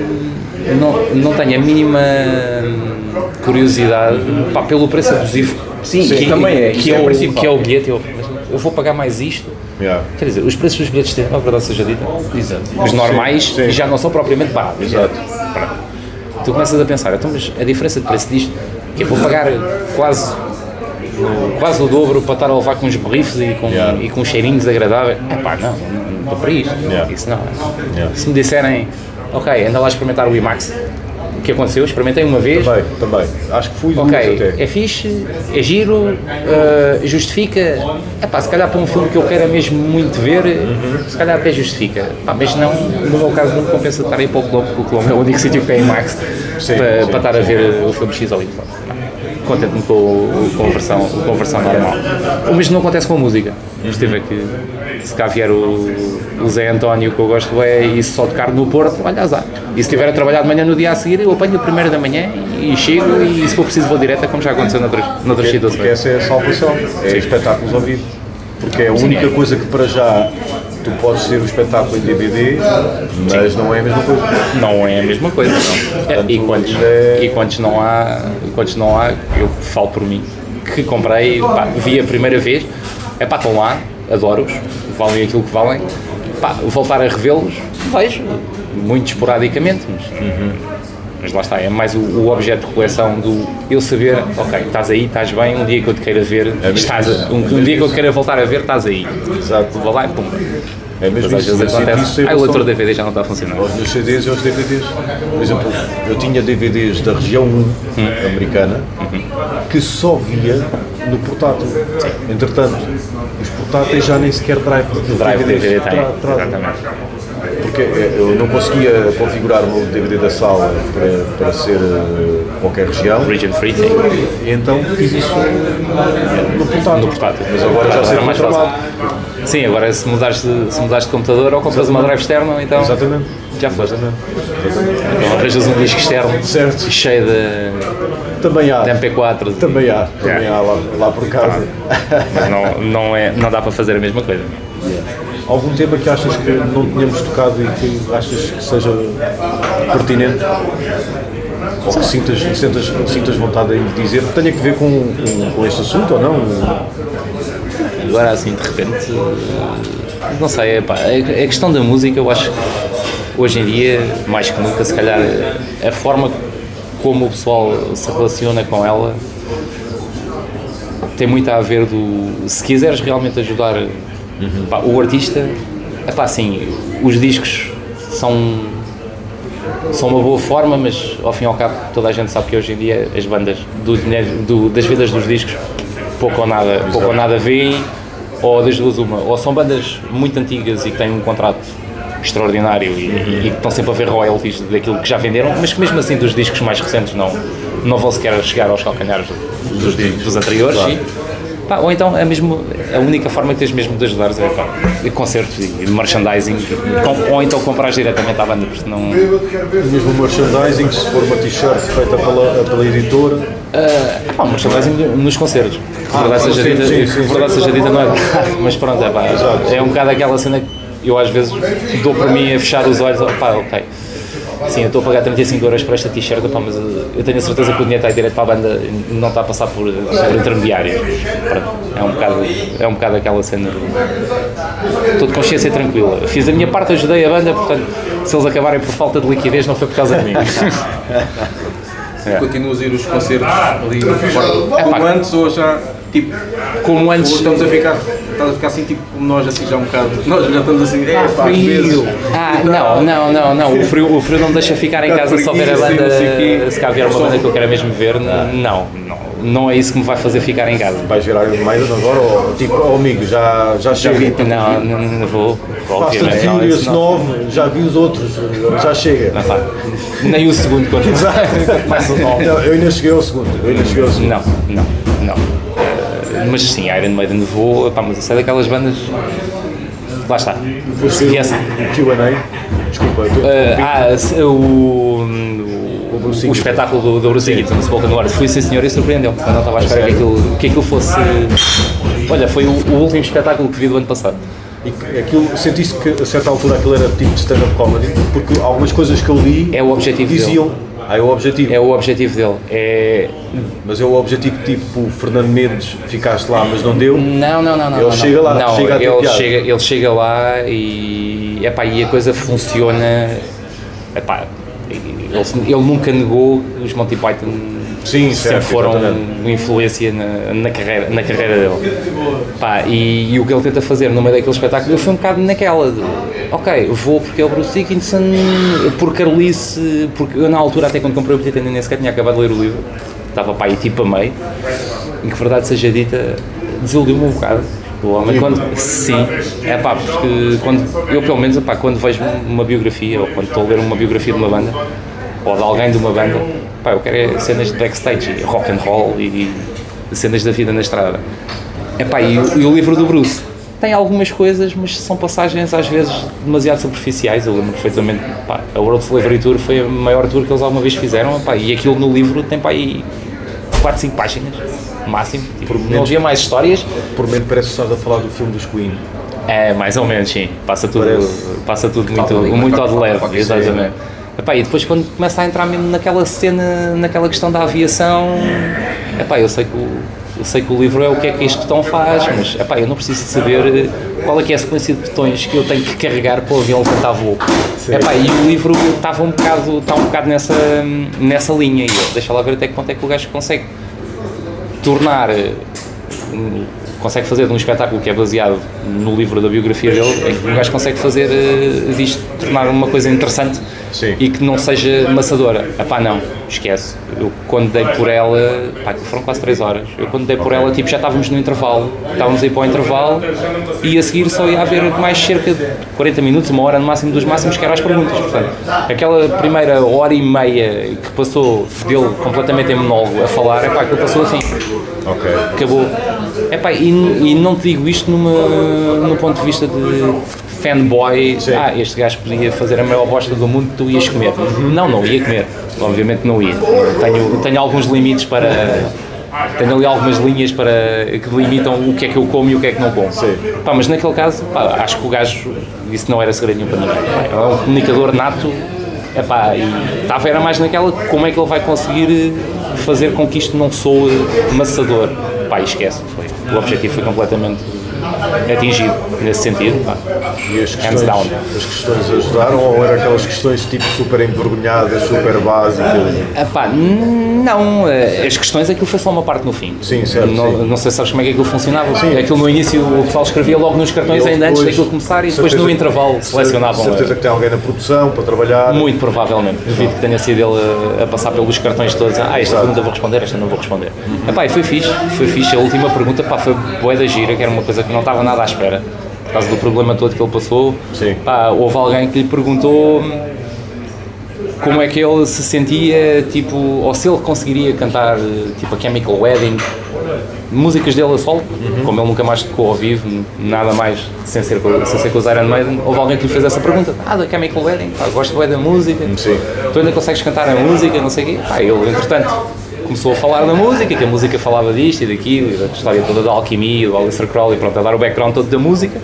Não, não tenho a mínima curiosidade, pá, pelo preço abusivo. Sim, que, que também é, que, é, é o, que é o bilhete. Eu, eu vou pagar mais isto. Yeah. Quer dizer, os preços dos bilhetes têm, a verdade seja dita, Exato. os normais sim, sim. já não são propriamente baratos. Exato. Tu começas a pensar, então, mas a diferença de preço disto, que eu vou pagar quase, quase o dobro para estar a levar com uns borrifes e com, yeah. e com cheirinhos agradáveis. É pá, não, não estou para isto. Yeah. Isso não. Yeah. Se me disserem, ok, anda lá a experimentar o IMAX. O que aconteceu? Experimentei uma vez. Também, também. Acho que fui Ok, até. é fixe, é giro, uh, justifica. É pá, se calhar para um filme que eu queira mesmo muito ver, uhum. se calhar até justifica. Pá, mas não, no meu caso, não me compensa estar aí para o Colombo, porque o Colombo é o único sítio que tem IMAX para, sim. para estar a ver o filme X ou Y. Contente-me com, com, a versão, com a versão normal. O mesmo não acontece com a música. Mas teve que, se cá vier o, o Zé António, que eu gosto é, e se só tocar no Porto, olha, azar. E se estiver a trabalhar de manhã no dia a seguir, eu apanho o primeiro da manhã e chego, e se for preciso vou direta, como já aconteceu noutras, noutras situações. Porque essa é a salvação, é Sim. espetáculos ao vivo. Porque é a Sim, única é. coisa que para já tu podes ter o espetáculo em D V D, mas Sim. não é a mesma coisa. Não é a mesma coisa, não. É, e, quantos, é... e quantos não há, quantos não há, eu falo por mim, que comprei, pá, vi a primeira vez, é pá, estão lá, adoro-os, valem aquilo que valem, pá, voltar a revê-los, vejo, muito esporadicamente, mas, uhum. mas lá está, é mais o, o objeto de coleção do eu saber, ok, estás aí, estás bem, um dia que eu te queira ver, é estás a, um, um dia que eu te queira voltar a ver, estás aí. Exato. Vou lá e pum. É mesmo mas às vezes acontece, ah, o outro D V D já não está a funcionar. Os meus C Ds e os D V Ds. Por exemplo, eu tinha D V Ds da região um hum. americana uhum. que só via no portátil. Sim. Entretanto, os portáteis já nem sequer drive de drive D V Ds. D V D tem, tra- tra- exatamente. Porque eu não conseguia configurar o meu D V D da sala para, para ser uh, qualquer região. Region free, sim. E então fiz isso no portátil. No portátil. Mas agora já sei mais fácil. Sim, agora se mudares de, se mudares de computador ou compras uma drive externa, então Exatamente. já foste. Então arranjas um disco externo certo. cheio de, também há. de M P quatro. Também há, também yeah. há lá, lá por casa. Mas não, não, é, não dá para fazer a mesma coisa. Yeah. Algum tema que achas que não tínhamos tocado e que achas que seja pertinente? Ou que sintas, sintas, sintas vontade de dizer que tenha que ver com, com, com este assunto ou não? Agora assim, de repente, não sei, é, pá, a questão da música, eu acho que hoje em dia, mais que nunca, se calhar, a forma como o pessoal se relaciona com ela tem muito a ver do... Se quiseres realmente ajudar uhum. pá, o artista, é pá, assim, os discos são, são uma boa forma, mas ao fim e ao cabo toda a gente sabe que hoje em dia as bandas do dinheiro, do, das vidas dos discos pouco ou nada, pouco ou nada veem, ou das duas uma, ou são bandas muito antigas e que têm um contrato extraordinário e, uhum. e que estão sempre a ver royalties daquilo que já venderam, mas que mesmo assim dos discos mais recentes não, não vão sequer chegar aos calcanhares dos, dos, dos anteriores. Claro. E, pá, ou então a, mesmo, a única forma que tens mesmo de ajudar é pá, concertos e merchandising, ou então comprares diretamente à banda, porque não... Mesmo merchandising, se for uma t-shirt feita pela, pela editora... Uh, pá, merchandising nos concertos, que ah, verdade seja dita, sim, sim, verdade sim, seja dita não é verdade, mas pronto, é, pá, é um bocado aquela cena que eu às vezes dou para mim a fechar os olhos, pá, ok, sim, eu estou a pagar trinta e cinco euros por esta t-shirt, pá, mas eu tenho a certeza que o dinheiro está aí direto para a banda, não está a passar por, por intermediários. Pronto, é um bocado, é um bocado aquela cena, estou de consciência tranquila, fiz a minha parte, ajudei a banda, portanto, se eles acabarem por falta de liquidez não foi por causa de mim. É. Continuas a ir os concertos ali no fora, é, como antes ou já, tipo, como antes, estamos a ficar, estás a ficar assim, tipo, como nós assim já um bocado, nós já estamos assim, é, pá, às vezes. Ah, não, não, não, não, o frio, o frio não me deixa ficar em casa só ver a banda, se cá vier uma banda que eu quero mesmo ver, não, não, não é isso que me vai fazer ficar em casa. Vais ver Iron Maiden agora ou, tipo, oh, amigo, já, já chega? Não, não, não vou. Fast and Furious nove, já vi os outros, já chega. Não, pá, nem o segundo quando mais o nove. Não, eu ainda cheguei ao segundo, eu ainda cheguei ao segundo. Não, não, não. Uh, mas sim, Iron Maiden vou, pá, mas eu sei daquelas bandas. Lá está. Depois ver yes. o Q and A, desculpa. Uh, ah, o, o, o espetáculo do, do Bruce Dickinson, no Spoken Word, fui sim senhor e surpreendeu-me. Eu não estava à espera que aquilo, que aquilo fosse. Olha, foi o, o último espetáculo que vi do ano passado. E aquilo, sentiste que a certa altura aquilo era tipo stand-up comedy? Porque algumas coisas que eu li é o objetivo diziam. Dele. Ah, é o objetivo? É o objetivo dele. É... Mas é o objetivo tipo Fernando Mendes, ficaste lá mas não deu? Não, não, não. não ele não, chega lá, não, chega a ter ele piada. chega, ele chega lá e, epá, e a coisa funciona. Epá, ele, ele nunca negou os Monty Python. Sim, sempre certo, foram exatamente. influência na, na, carreira, na carreira dele. Pá, e, e o que ele tenta fazer no meio daquele espetáculo, eu fui um bocado naquela de, ok, vou porque é o Bruce Dickinson, por Carolice, porque eu na altura, até quando comprei o bilhete, ainda nem sequer tinha acabado de ler o livro, estava pá aí tipo a meio, e que verdade seja dita, desiludiu-me um bocado. O homem, quando, sim, é pá, porque quando, eu pelo menos, epá, quando vejo uma biografia, ou quando estou a ler uma biografia de uma banda, ou de alguém de uma banda, pá, eu quero é cenas de backstage, e rock and roll e, e cenas da vida na estrada. Epá, e, e o livro do Bruce tem algumas coisas, mas são passagens às vezes demasiado superficiais. Eu lembro perfeitamente, pá, a World Slavery Tour foi a maior tour que eles alguma vez fizeram, epá, e aquilo no livro tem pá, aí quatro, cinco páginas, máximo, tipo, não havia mais histórias. Por menos parece que estás a falar do filme dos Queen. É, mais ou menos, sim, passa tudo, passa tudo muito, muito ao de leve, exatamente. Epá, e depois quando começa a entrar mesmo naquela cena, naquela questão da aviação, epá, eu sei que o, eu sei que o livro é o que é que este botão faz, mas epá, eu não preciso de saber qual é que é a sequência de botões que eu tenho que carregar para o avião levantar voo. Epá, e o livro estava um bocado, está um bocado nessa, nessa linha, e eu, deixa lá ver até que ponto é que o gajo consegue tornar, consegue fazer de um espetáculo que é baseado no livro da biografia dele, é que o gajo consegue fazer disto, tornar uma coisa interessante. Sim. E que não seja maçadora. Epá, não, esquece. Eu quando dei por ela, pá, foram quase três horas, eu quando dei por okay. ela, tipo, já estávamos no intervalo, estávamos a ir para o intervalo e a seguir só ia haver mais cerca de quarenta minutos, uma hora no máximo dos máximos, que eram as perguntas. Portanto, aquela primeira hora e meia que passou dele completamente em monólogo a falar, epá, aquilo passou assim. Ok. Acabou. Epá, e, e não te digo isto numa, no ponto de vista de fanboy, sim. ah, este gajo podia fazer a maior bosta do mundo, tu ias comer. Uhum. Não, não ia comer. Obviamente não ia. Tenho, tenho alguns limites para... Tenho ali algumas linhas para, que delimitam o que é que eu como e o que é que não como. Pá, mas naquele caso, pá, acho que o gajo, isso não era segredo nenhum para ninguém. É um comunicador nato, epá, e estava era mais naquela, como é que ele vai conseguir fazer com que isto não soe maçador. Pá, esquece, foi. O objetivo foi completamente atingido nesse sentido. Pá. E as questões, as questões ajudaram ou eram aquelas questões tipo super envergonhadas, super básicas? Epá, não, as questões, aquilo foi só uma parte no fim. Sim, certo. Não, sim. não sei se sabes como é que aquilo funcionava. Sim. Aquilo no início o pessoal escrevia logo nos cartões ainda antes daquilo começar e depois certeza, no intervalo selecionavam. Certeza que tem alguém na produção para trabalhar? Muito provavelmente. Devido que tenha sido ele a, a passar pelos cartões todos. Ah, esta pergunta vou responder, esta não vou responder. Uhum. Epá, e foi fixe, foi fixe. A última pergunta, pá, foi bué da gira, que era uma coisa que não estava nada à espera. Por causa do problema todo que ele passou. Sim. Pá, houve alguém que lhe perguntou como é que ele se sentia, tipo, ou se ele conseguiria cantar, tipo, a Chemical Wedding, músicas dele a solo, uhum. como ele nunca mais tocou ao vivo, nada mais sem ser, sem ser com os Iron Maiden. Houve alguém que lhe fez essa pergunta: ah, da Chemical Wedding, pá, gosto bem da música, sim. tu ainda consegues cantar a música, não sei o quê. Pá, ele, entretanto, começou a falar da música, que a música falava disto e daquilo, e da história toda da alquimia, do Aleister Crowley, pronto, a dar o background todo da música.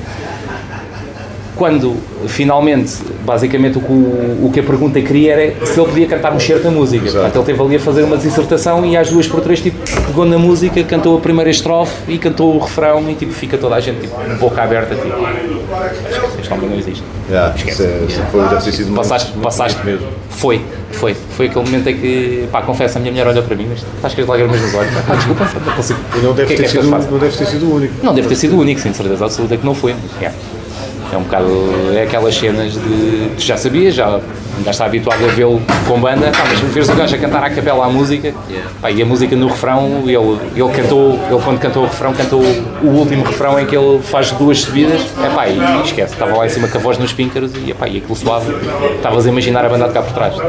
Quando, finalmente, basicamente o que, o, o que a pergunta queria era se ele podia cantar um certo da música. Exato. Portanto, ele teve ali a fazer uma dissertação e às duas por três, tipo, pegou na música, cantou a primeira estrofe e cantou o refrão e, tipo, fica toda a gente, tipo, boca aberta, tipo, acho que este homem não existe. Yeah, isso é, isso foi, deve ter sido passaste, muito, passaste, muito mesmo. Foi, foi, foi aquele momento em que, pá, confesso, a minha mulher olhou para mim, mas estás com as lágrimas nos olhos, pá, desculpa, não consigo. E não deve, ter, que é sido, não deve ter sido o único. Não deve ter sido o único, sim, de certeza absoluta que não foi. Yeah. É um bocado, é aquelas cenas de, tu já sabias, já, já está habituado a vê-lo com banda, pá, mas vês o gajo a cantar à capela a música, pá, e a música no refrão, ele, ele cantou, ele quando cantou o refrão, cantou o último refrão em que ele faz duas subidas, é pá, e, e esquece, estava lá em cima com a voz nos píncaros e, epá, e aquilo suave, estavas a imaginar a banda de cá por trás.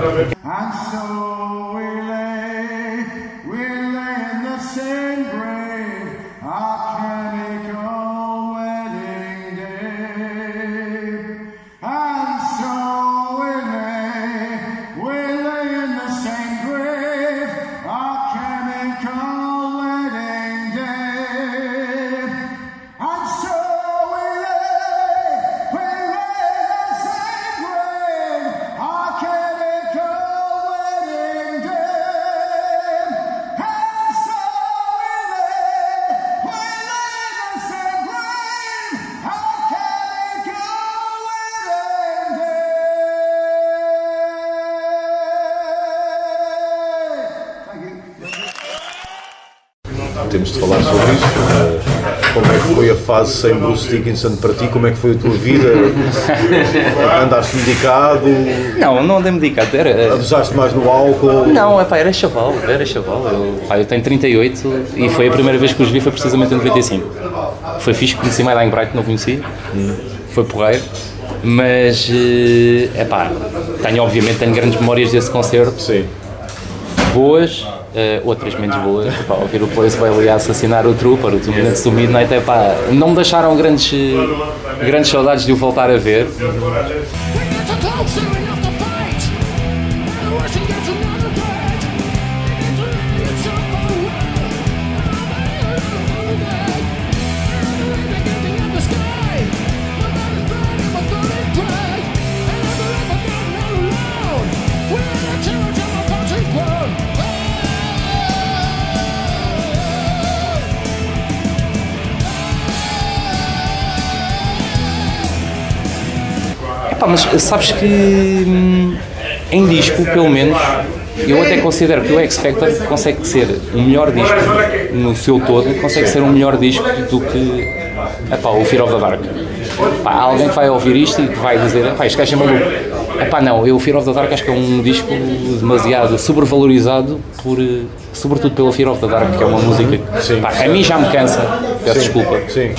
Temos de falar sobre isso. Como é que foi a fase sem Bruce Dickinson para ti? Como é que foi a tua vida? Andaste medicado? Não, não andei medicado. Era... Abusaste mais no álcool? Não, epá, era chaval, era chaval. Eu, pá, eu tenho trinta e oito e foi a primeira vez que os vi, foi precisamente em noventa e cinco. Foi fixe, conheci My Dying Bright, não conhecia. Hum. Foi porreiro. Mas, epá, tenho, obviamente, tenho grandes memórias desse concerto. Sim. Boas. Uh, outras menos boas, pá, ouvir o Place vai ali a assassinar o Trooper, o Two Minutes to Midnight, epá, não me deixaram grandes, grandes saudades de o voltar a ver. Epá, mas sabes que hum, em disco, pelo menos, eu até considero que o X Factor consegue ser um melhor disco no seu todo, consegue ser um melhor disco do que epá, o Fear of the Dark. Epá, há alguém que vai ouvir isto e que vai dizer, epá, este gajo é maluco. Epá, não, eu o Fear of the Dark acho que é um disco demasiado sobrevalorizado, por, sobretudo pelo Fear of the Dark, que é uma música que epá, a mim já me cansa, peço Sim. desculpa. Sim.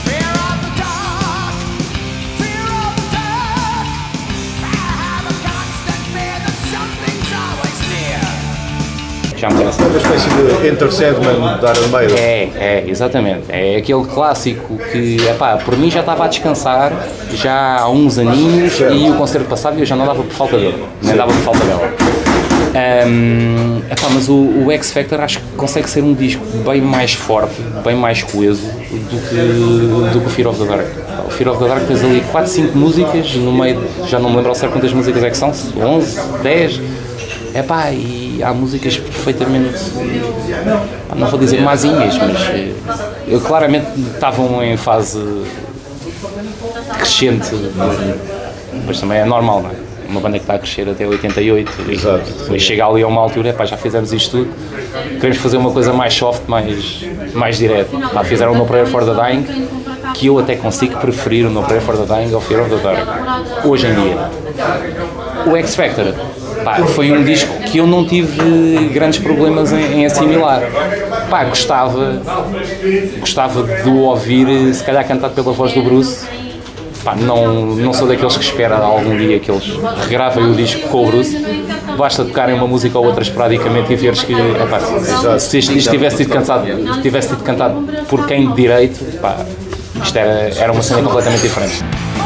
Já me cansa. É uma espécie de Enter Sandman de Iron Maiden. É, é, exatamente. É aquele clássico que, epá, por mim já estava a descansar já há uns aninhos e o concerto passado eu já não dava por falta dele, nem dava por falta dela. Um, epá, mas o, o X Factor acho que consegue ser um disco bem mais forte, bem mais coeso do que, do que o Fear of the Dark. O Fear of the Dark tens ali quatro, cinco músicas, no meio, já não me lembro ao certo quantas músicas é que são, onze, dez. Epá, e há músicas perfeitamente, não vou dizer mazinhas, mas eu, claramente estavam em fase crescente, mas também é normal, não é? Uma banda que está a crescer até oitenta e oito, Exato. E depois chega ali a uma altura, epá, já fizemos isto tudo, queremos fazer uma coisa mais soft, mais, mais direta. Epá, fizeram o No Prayer for the Dying, que eu até consigo preferir o No Prayer for the Dying ao Fear of the Dark, hoje em dia. O X Factor, pá, foi um disco que eu não tive grandes problemas em, em assimilar. Pá, gostava, gostava de o ouvir, se calhar cantado pela voz do Bruce. Pá, não, não sou daqueles que espera algum dia que eles regravem o disco com o Bruce. Basta tocarem uma música ou outra esporadicamente e veres que, epá, se este disco tivesse sido cantado, tivesse sido cantado por quem de direito, pá, isto era, era uma cena completamente diferente.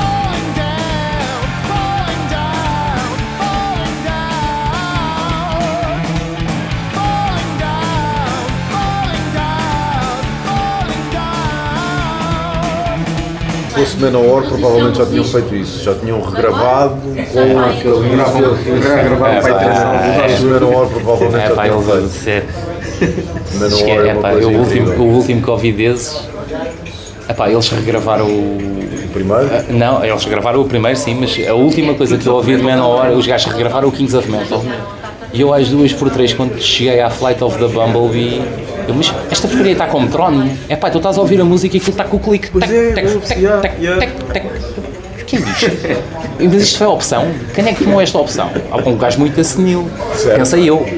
Se fosse Manowar, provavelmente já tinham feito isso, já tinham regravado com aquele Regravaram para aí três. o Manowar provavelmente É já pá, tinham eles feito. ser. Manowar é É uma pá, coisa o último, incrível. o último que ouvi desses. É pá, eles regravaram o. O primeiro? Não, eles regravaram o primeiro sim, mas a última coisa que eu ouvi de Manowar, os gajos regravaram o Kings of Metal. E eu às duas por três, quando cheguei à Flight of the Bumblebee, eu, mas esta porcaria está como Tron? É pá, tu estás a ouvir a música e aquilo está com o clique. Tec, é, tec, eu- tec, yeah, tec, yeah. tec, tec. Quem diz? Mas isto foi a opção? Quem é que tomou esta opção? Um gajo muito senil. Certo. Pensei eu.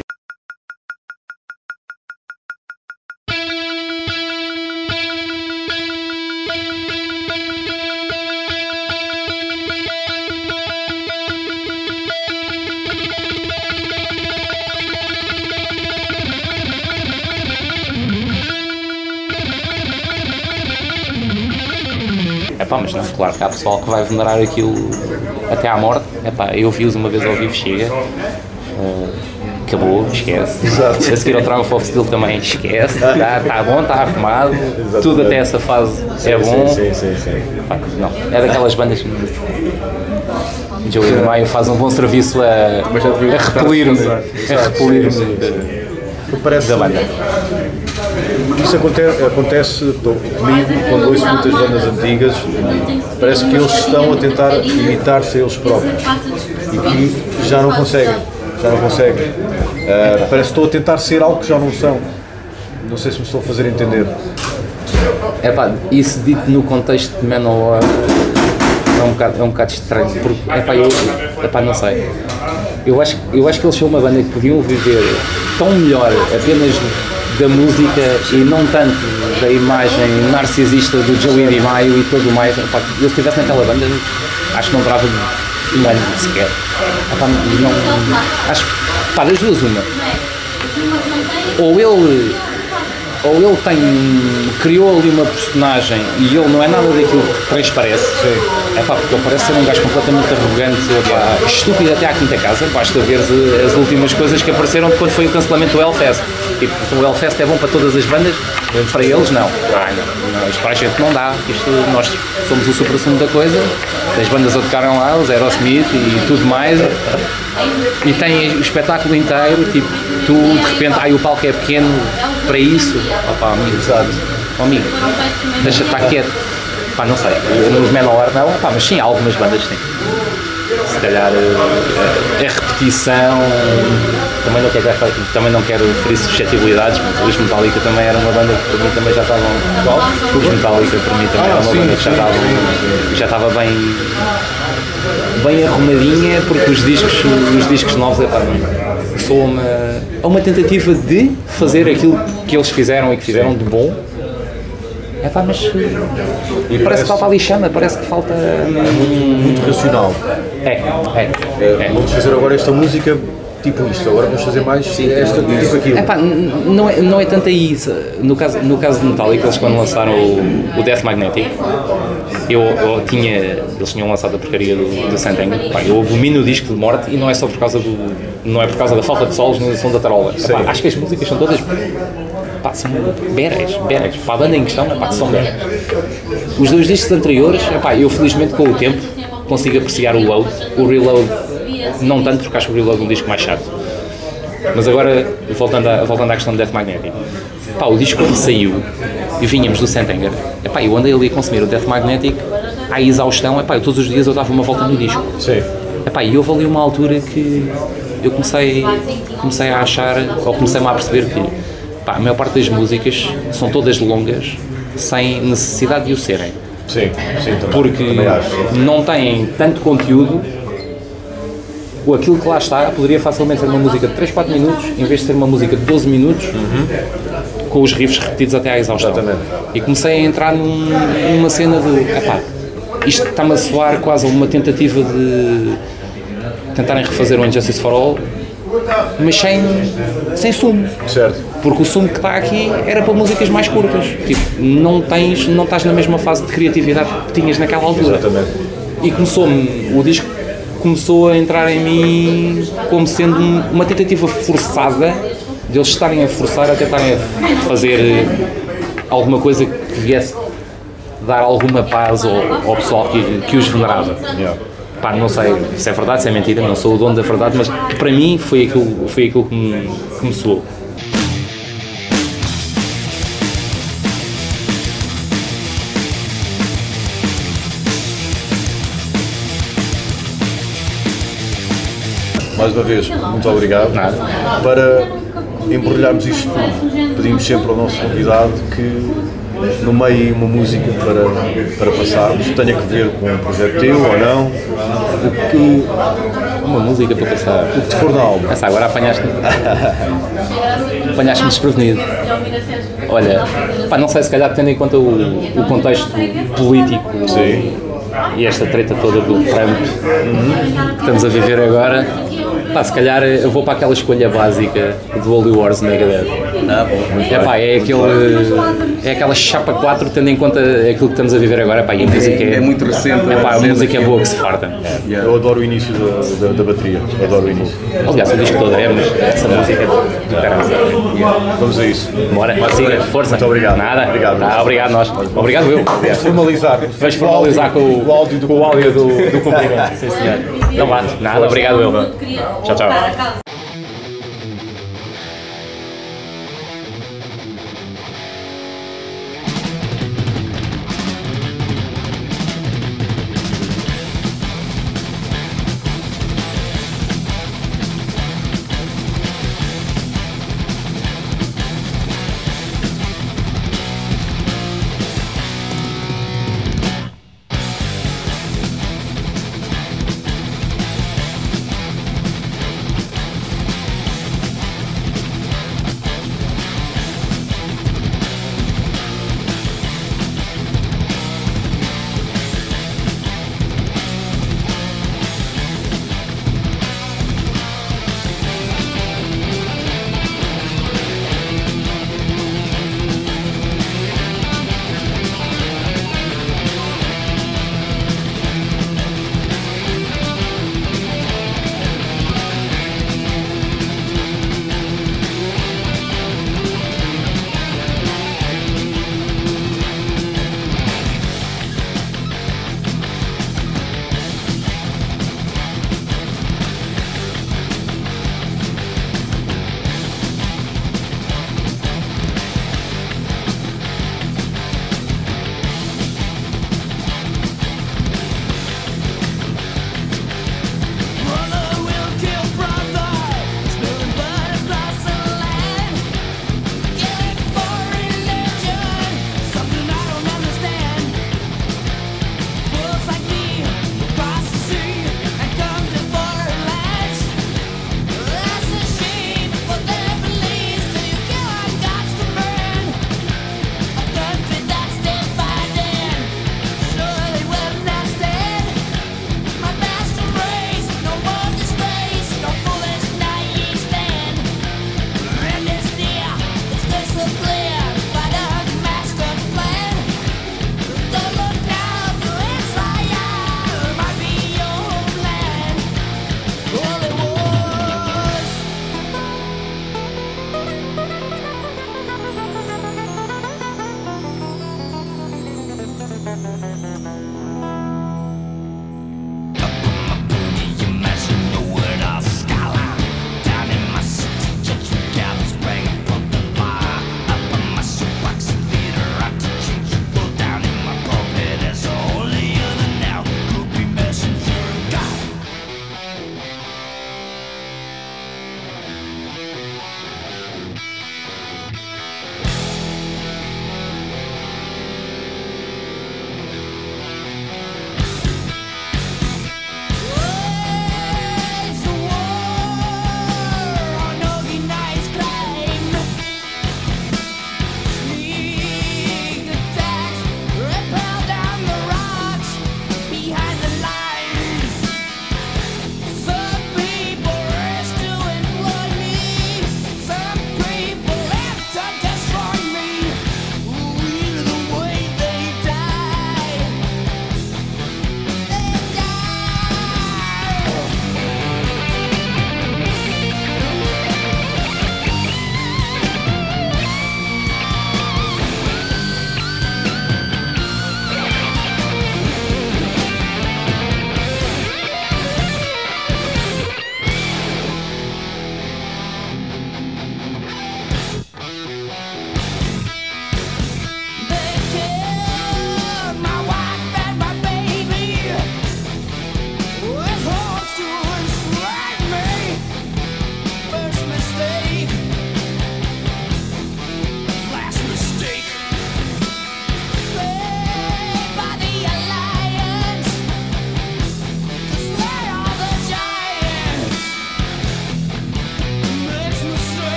Epá, mas não, claro que há pessoal que vai venerar aquilo até à morte. Epá, eu vi-os uma vez ao vivo, chega, uh, acabou, esquece. Exato. A seguir ao Triumph of Steel também esquece, está tá bom, está arrumado, tudo até essa fase é bom. Sim, sim, sim. Epá, não, é daquelas bandas que Joey de Maio faz um bom serviço a, Mas já devia a repelir-me, estar a repelir-me Parece da banda. Isso acontece, acontece comigo quando ouço muitas bandas antigas, parece que eles estão a tentar imitar-se a eles próprios e que já não conseguem, já não conseguem. Uh, parece que estou a tentar ser algo que já não são. Não sei se me estou a fazer entender. Epá, isso dito no contexto de Manowar é um bocado, é um bocado estranho, porque epá, eu epá, não sei. Eu acho, eu acho que eles são uma banda que podiam viver tão melhor apenas da música e não tanto da imagem narcisista do Joey Di Maio e tudo mais. Epá, eu se estivesse naquela banda, acho que não durava um ano sequer. Epá, não, acho que, pá, das duas uma. Ou ele, ou ele tem, criou ali uma personagem e ele não é nada daquilo que transparece. É pá, porque ele parece ser um gajo completamente arrogante, epá, estúpido até à quinta casa. Basta ver as, as últimas coisas que apareceram de quando foi o cancelamento do Hellfest. Tipo, o Hellfest é bom para todas as bandas, para eles não. Ah, não, não, isto para a gente não dá. Isto, nós somos o supra-sumo da coisa. As bandas a tocaram lá, os Aerosmith e tudo mais. E tem o espetáculo inteiro, tipo, tu de repente, ai, o palco é pequeno para isso. Opá, amigo, sabe? Oh, amigo, deixa estar quieto. Pá, não sei, nos Manowar não, pá, mas sim, há algumas bandas sim. se calhar a, a repetição, também não quero, também não quero ferir suscetibilidades, mas os Metallica também era uma banda que para mim também já estavam, os Metallica para mim também era uma banda que já estava, já estava bem, bem arrumadinha, porque os discos, os discos novos, epá, sou uma, uma tentativa de fazer aquilo que eles fizeram e que fizeram de bom. É pá, mas e parece que falta ali chama, parece que falta. É muito, muito racional. É, é, é, é. Vamos fazer agora esta música tipo isto, agora vamos fazer mais esta, tipo aquilo. É pá, não é, não é tanto isso. No caso, no caso de Metallica, eles quando lançaram o, o Death Magnetic, eu, eu tinha. Eles tinham lançado a porcaria do, do Sentenger. Eu abomino o disco de morte e não é só por causa do. Não é por causa da falta de solos nem da som da tarola. É pá, acho que as músicas são todas. Pá, são beras, beras. Para a banda em questão, epá, são beras. Os dois discos anteriores, epá, eu felizmente com o tempo consigo apreciar o Load. O Reload não tanto, porque acho que o Reload é um disco mais chato. Mas agora, voltando, a, voltando à questão do Death Magnetic, epá, o disco quando saiu e vinhamos do Sentenger, epá, eu andei ali a consumir o Death Magnetic à exaustão, epá, eu, todos os dias eu dava uma volta no disco. Sim. Epá, e houve ali uma altura que eu comecei, comecei a achar, ou comecei-me a perceber que pá, a maior parte das músicas são todas longas, sem necessidade de o serem. Sim, sim, também. Porque também acho. não têm tanto conteúdo, ou aquilo que lá está poderia facilmente ser uma música de três, quatro minutos, em vez de ser uma música de doze minutos, uhum. com os riffs repetidos até à exaustão. Exatamente. E comecei a entrar num, numa cena de, epá, isto está-me a soar quase uma tentativa de tentarem refazer o Injustice for All, mas sem, sem sumo. Certo. Porque o sumo que está aqui era para músicas mais curtas. Tipo, não, tens, não estás na mesma fase de criatividade que tinhas naquela altura. Exatamente. E começou-me, o disco começou a entrar em mim como sendo uma tentativa forçada de eles estarem a forçar a tentarem a fazer alguma coisa que viesse dar alguma paz ao, ao pessoal que, que os venerava. Yeah. Pá, não sei se é verdade, se é mentira, não sou o dono da verdade, mas para mim foi aquilo, foi aquilo que me, que me soou. Mais uma vez, muito obrigado. Nada. Para embrulharmos isto tudo, pedimos sempre ao nosso convidado que nomeie uma música para, para passarmos, tenha que ver com um projeto teu ou não, o que, Uma música para passar. o que te for na alma. Essa agora apanhaste-me. Apanhaste-me desprevenido. Olha, pá, não sei, se calhar tendo em conta o, o contexto político. Sim. E esta treta toda do Trump uhum. que estamos a viver agora, pá, se calhar eu vou para aquela escolha básica do Holy Wars Megadeth. Ah, bom. É, pá, é, aquele, é aquela chapa quatro, tendo em conta aquilo que estamos a viver agora. Pá, e a música é, É muito recente. é, pá, a música é boa que se farta. Eu adoro o início da, da, da bateria, adoro o início. Aliás, o disco todo é, mas essa música é do caramba. Vamos a isso. Bora, siga, força. Muito obrigado. Nada. Obrigado. Tá, obrigado nós. Obrigado eu. Vamos formalizar. Vamos formalizar com o, o áudio do, com o áudio do, do cumprimento. Sim, senhor. Não vá. Nada, obrigado eu. Tchau, tchau.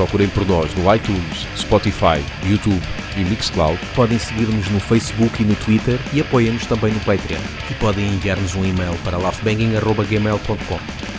procurem por nós no iTunes, Spotify, YouTube e Mixcloud. Podem seguir-nos no Facebook e no Twitter e apoiem-nos também no Patreon. E podem enviar-nos um e-mail para laughbanging arroba gmail ponto com.